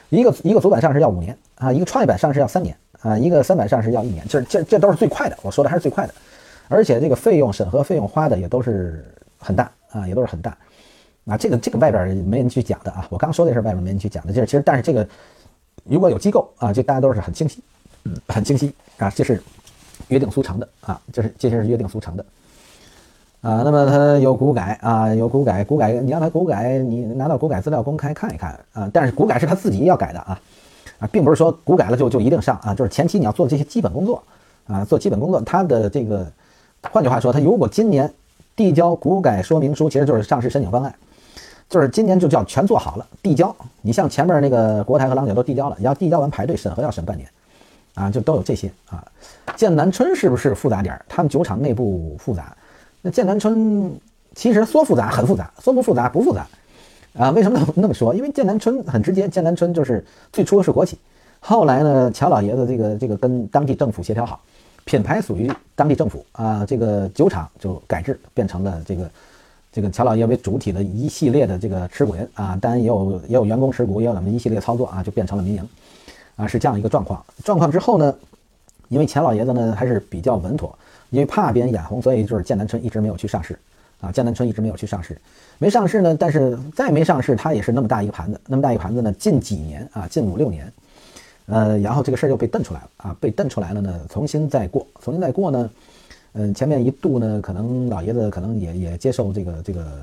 一个主板上市要5年啊，一个创业板上市要3年啊，一个三板上市要1年，这都是最快的，我说的还是最快的，而且这个审核费用花的也都是很大啊，也都是很大啊，这个外边没人去讲的啊，我刚说的是外边没人去讲的，其实但是这个如果有机构啊，这大家都是很清晰啊，这是约定俗成的啊，这些是约定俗成的。啊，那么它有股改啊，有股改，你让它股改，你拿到股改资料公开看一看啊。但是股改是他自己要改的啊，并不是说股改了就一定上啊，就是前期你要做这些基本工作啊，做基本工作。它的这个，换句话说，它如果今年递交股改说明书，其实就是上市申请方案，就是今年就叫全做好了，递交。你像前面那个国台和郎酒都递交了，要递交完排队审核要审半年啊，就都有这些啊。剑南春是不是复杂点？他们酒厂内部复杂。那剑南春其实说复杂很复杂，说不复杂不复杂啊？为什么那么说？因为剑南春很直接，剑南春就是最初是国企，后来呢，乔老爷子这个跟当地政府协调好，品牌属于当地政府啊，这个酒厂就改制变成了这个乔老爷为主体的一系列的这个持股人啊，当然也有员工持股，也有咱们一系列操作啊，就变成了民营啊，是这样一个状况。状况之后呢，因为钱老爷子呢还是比较稳妥。因为怕别人眼红，所以就是剑南春一直没有去上市啊。剑南春一直没有去上市，没上市呢。但是再没上市，它也是那么大一个盘子，那么大一个盘子呢，近几年啊，近5-6年，然后这个事儿又被蹬出来了啊，被蹬出来了呢，重新再过呢，前面一度呢，可能老爷子可能也接受这个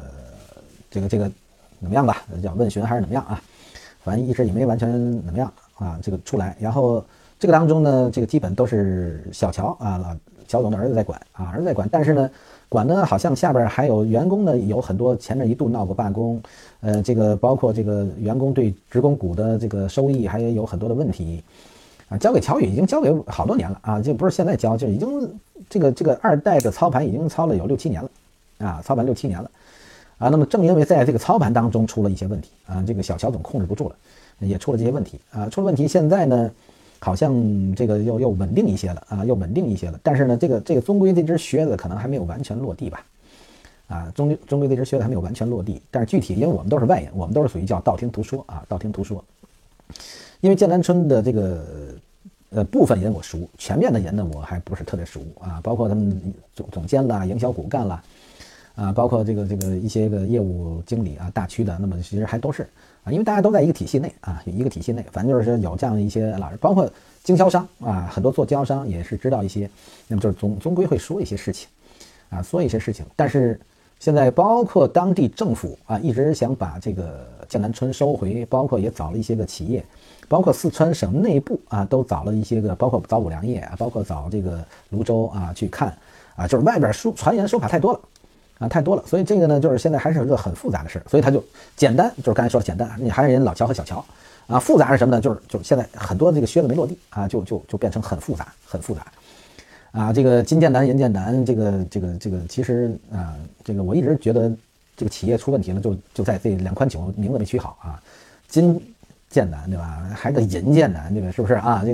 怎么样吧，叫问询还是怎么样啊？反正一直也没完全怎么样啊，这个出来，然后这个当中呢，这个基本都是小乔啊乔总的儿子在管啊，儿子在管，但是呢，管呢好像下边还有员工呢，有很多前面一度闹过罢工，这个包括这个员工对职工股的这个收益还有很多的问题啊，交给乔宇已经交给好多年了啊，这不是现在交，就已经这个2代的操盘已经操了有6-7年了啊，操盘6-7年了啊，那么正因为在这个操盘当中出了一些问题啊，这个小乔总控制不住了，也出了这些问题啊，出了问题，现在呢。好像这个又稳定一些了啊，又稳定一些了。但是呢，这个终归这只靴子可能还没有完全落地吧，啊，终归这只靴子还没有完全落地。但是具体，因为我们都是外人，我们都是属于叫道听途说啊，道听途说。因为剑南春的这个部分人我熟，全面的人呢我还不是特别熟啊，包括他们总监啦、营销骨干啦，啊，包括这个一些个业务经理啊、大区的，那么其实还都是。啊，因为大家都在一个体系内啊，一个体系内，反正就是有这样的一些老师，包括经销商啊，很多做经销商也是知道一些，那么就是终归会说一些事情，啊，说一些事情。但是现在包括当地政府啊，一直想把这个剑南春收回，包括也找了一些个企业，包括四川省内部啊，都找了一些个，包括找五粮液啊，包括找这个泸州啊去看啊，就是外边传言说法太多了。啊，太多了，所以这个呢，就是现在还是一个很复杂的事，所以它就简单，就是刚才说的简单，你还是人老乔和小乔啊，复杂是什么呢？就是现在很多这个靴子没落地啊，就变成很复杂啊，这个金剑南、银剑南，这个其实啊，这个我一直觉得这个企业出问题了，就在这2款酒名字没取好啊，金剑南对吧？还个银剑南，这个是不是啊？这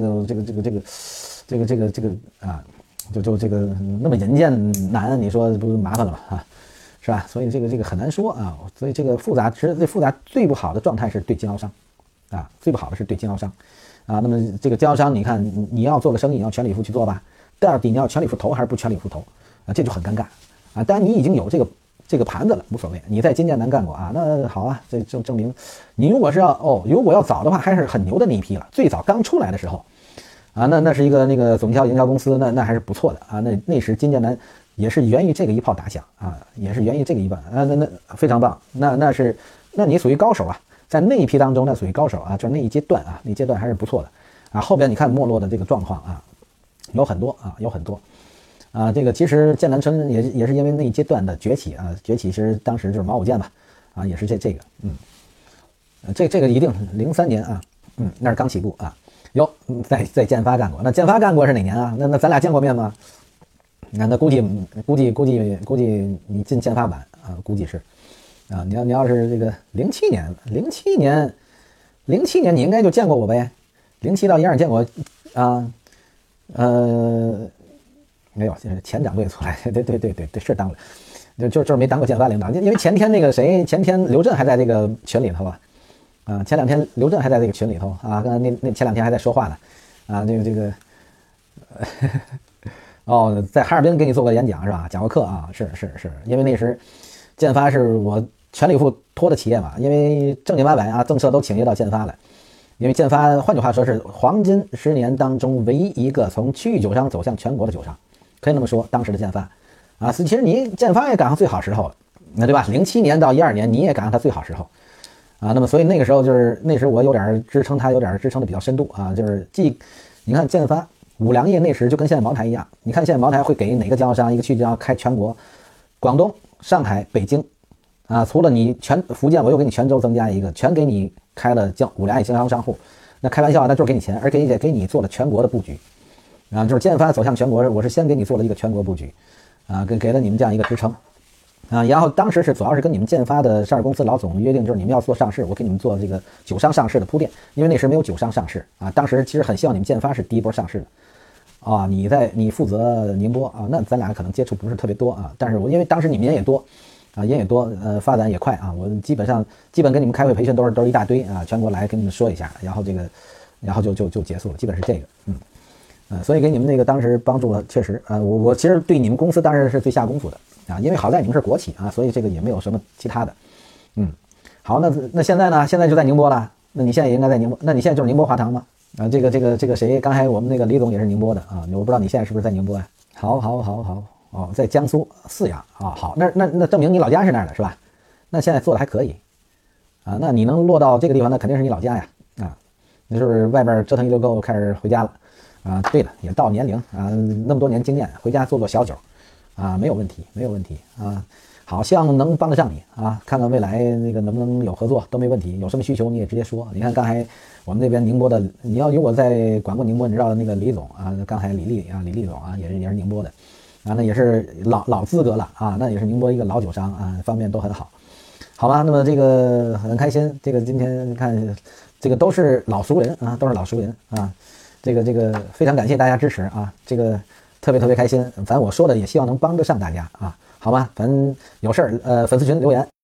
个啊。就这个那么银剑南，你说不麻烦了吗？啊，是吧？所以这个很难说啊。所以这个复杂，其实最复杂最不好的状态是对经销商，啊，最不好的是对经销商，啊。那么这个经销商，你看你要做个生意，你要全力以赴去做吧，到底你要全力以赴投还是不全力以赴投啊？这就很尴尬啊。当然你已经有这个盘子了，无所谓。你在金剑南干过啊，那好啊，这就证明你如果是如果要早的话，还是很牛的那一批了。最早刚出来的时候。啊，那是一个那个总营销公司，那还是不错的啊。那时金剑南也是源于这个一炮打响啊，也是源于这个一炮啊，那非常棒。那你属于高手啊，在那一批当中，那属于高手啊，就是那一阶段啊，那阶段还是不错的啊。后边你看没落的这个状况啊，有很多啊，这个其实剑南春也是因为那一阶段的崛起啊，其实当时就是毛五剑吧啊，也是这个这个一定03年啊，那是刚起步啊。有在建发干过，那建发干过是哪年啊？那咱俩见过面吗？那估计你进建发晚啊，估计是啊。你要是这个07年你应该就见过我呗。07到12见过啊，没有，前掌柜出来，对，是当了，就是没当过建发领导，因为前天那个谁，前天刘震还在这个群里头啊。 啊，前2天刘震还在这个群里头啊，刚才那前2天还在说话呢，啊，这个，哦，在哈尔滨给你做过演讲是吧？讲过课啊，是，因为那时建发是我全力以赴托的企业嘛，因为正经八百啊，政策都倾斜到建发了。因为建发换句话说是黄金10年当中唯一一个从区域酒商走向全国的酒商，可以那么说，当时的建发啊，其实你建发也赶上最好时候了，那对吧？07年到12年你也赶上它最好时候啊，那么所以那个时候就是那时我有点支撑它，有点支撑的比较深度啊，就是你看建发五粮液那时就跟现在茅台一样，你看现在茅台会给哪个经销商一个区域经销商开全国，广东、上海、北京啊，除了你福建，我又给你泉州增加一个，全给你开了五粮液经销商户，那开玩笑，那就是给你钱，而给你做了全国的布局啊，就是建发走向全国，我是先给你做了一个全国布局啊，给了你们这样一个支撑啊，然后当时是主要是跟你们建发的上市公司老总约定，就是你们要做上市，我给你们做这个酒商上市的铺垫，因为那时没有酒商上市啊，当时其实很希望你们建发是第一波上市的啊，你负责宁波啊，那咱俩可能接触不是特别多啊，但是因为当时你们人也多。啊，人也多，发展也快啊！我基本跟你们开会培训都是一大堆啊，全国来跟你们说一下，然后就结束了，基本是这个，所以给你们那个当时帮助了，确实，我其实对你们公司当时是最下功夫的啊，因为好在你们是国企啊，所以这个也没有什么其他的，好，那现在呢？现在就在宁波了，那你现在也应该在宁波，那你现在就是宁波华堂吗？啊，这个谁？刚才我们那个李总也是宁波的啊，我不知道你现在是不是在宁波呀？好。哦，在江苏泗阳啊，好，那证明你老家是那儿的是吧？那现在做的还可以啊，那你能落到这个地方，那肯定是你老家呀啊，那就是外边折腾一溜够开始回家了啊。对了，也到年龄啊，那么多年经验，回家做小酒啊，没有问题啊。好，希望能帮得上你啊，看看未来那个能不能有合作都没问题，有什么需求你也直接说。你看刚才我们那边宁波的，你要如果在管过宁波，你知道那个李总啊，刚才李立总啊，也是宁波的。啊，那也是老资格了啊，那也是宁波一个老酒商啊，方面都很好，好吧？那么这个很开心，这个今天看这个都是老熟人啊，这个非常感谢大家支持啊，这个特别开心，反正我说的也希望能帮得上大家啊，好吧？反正有事粉丝群留言。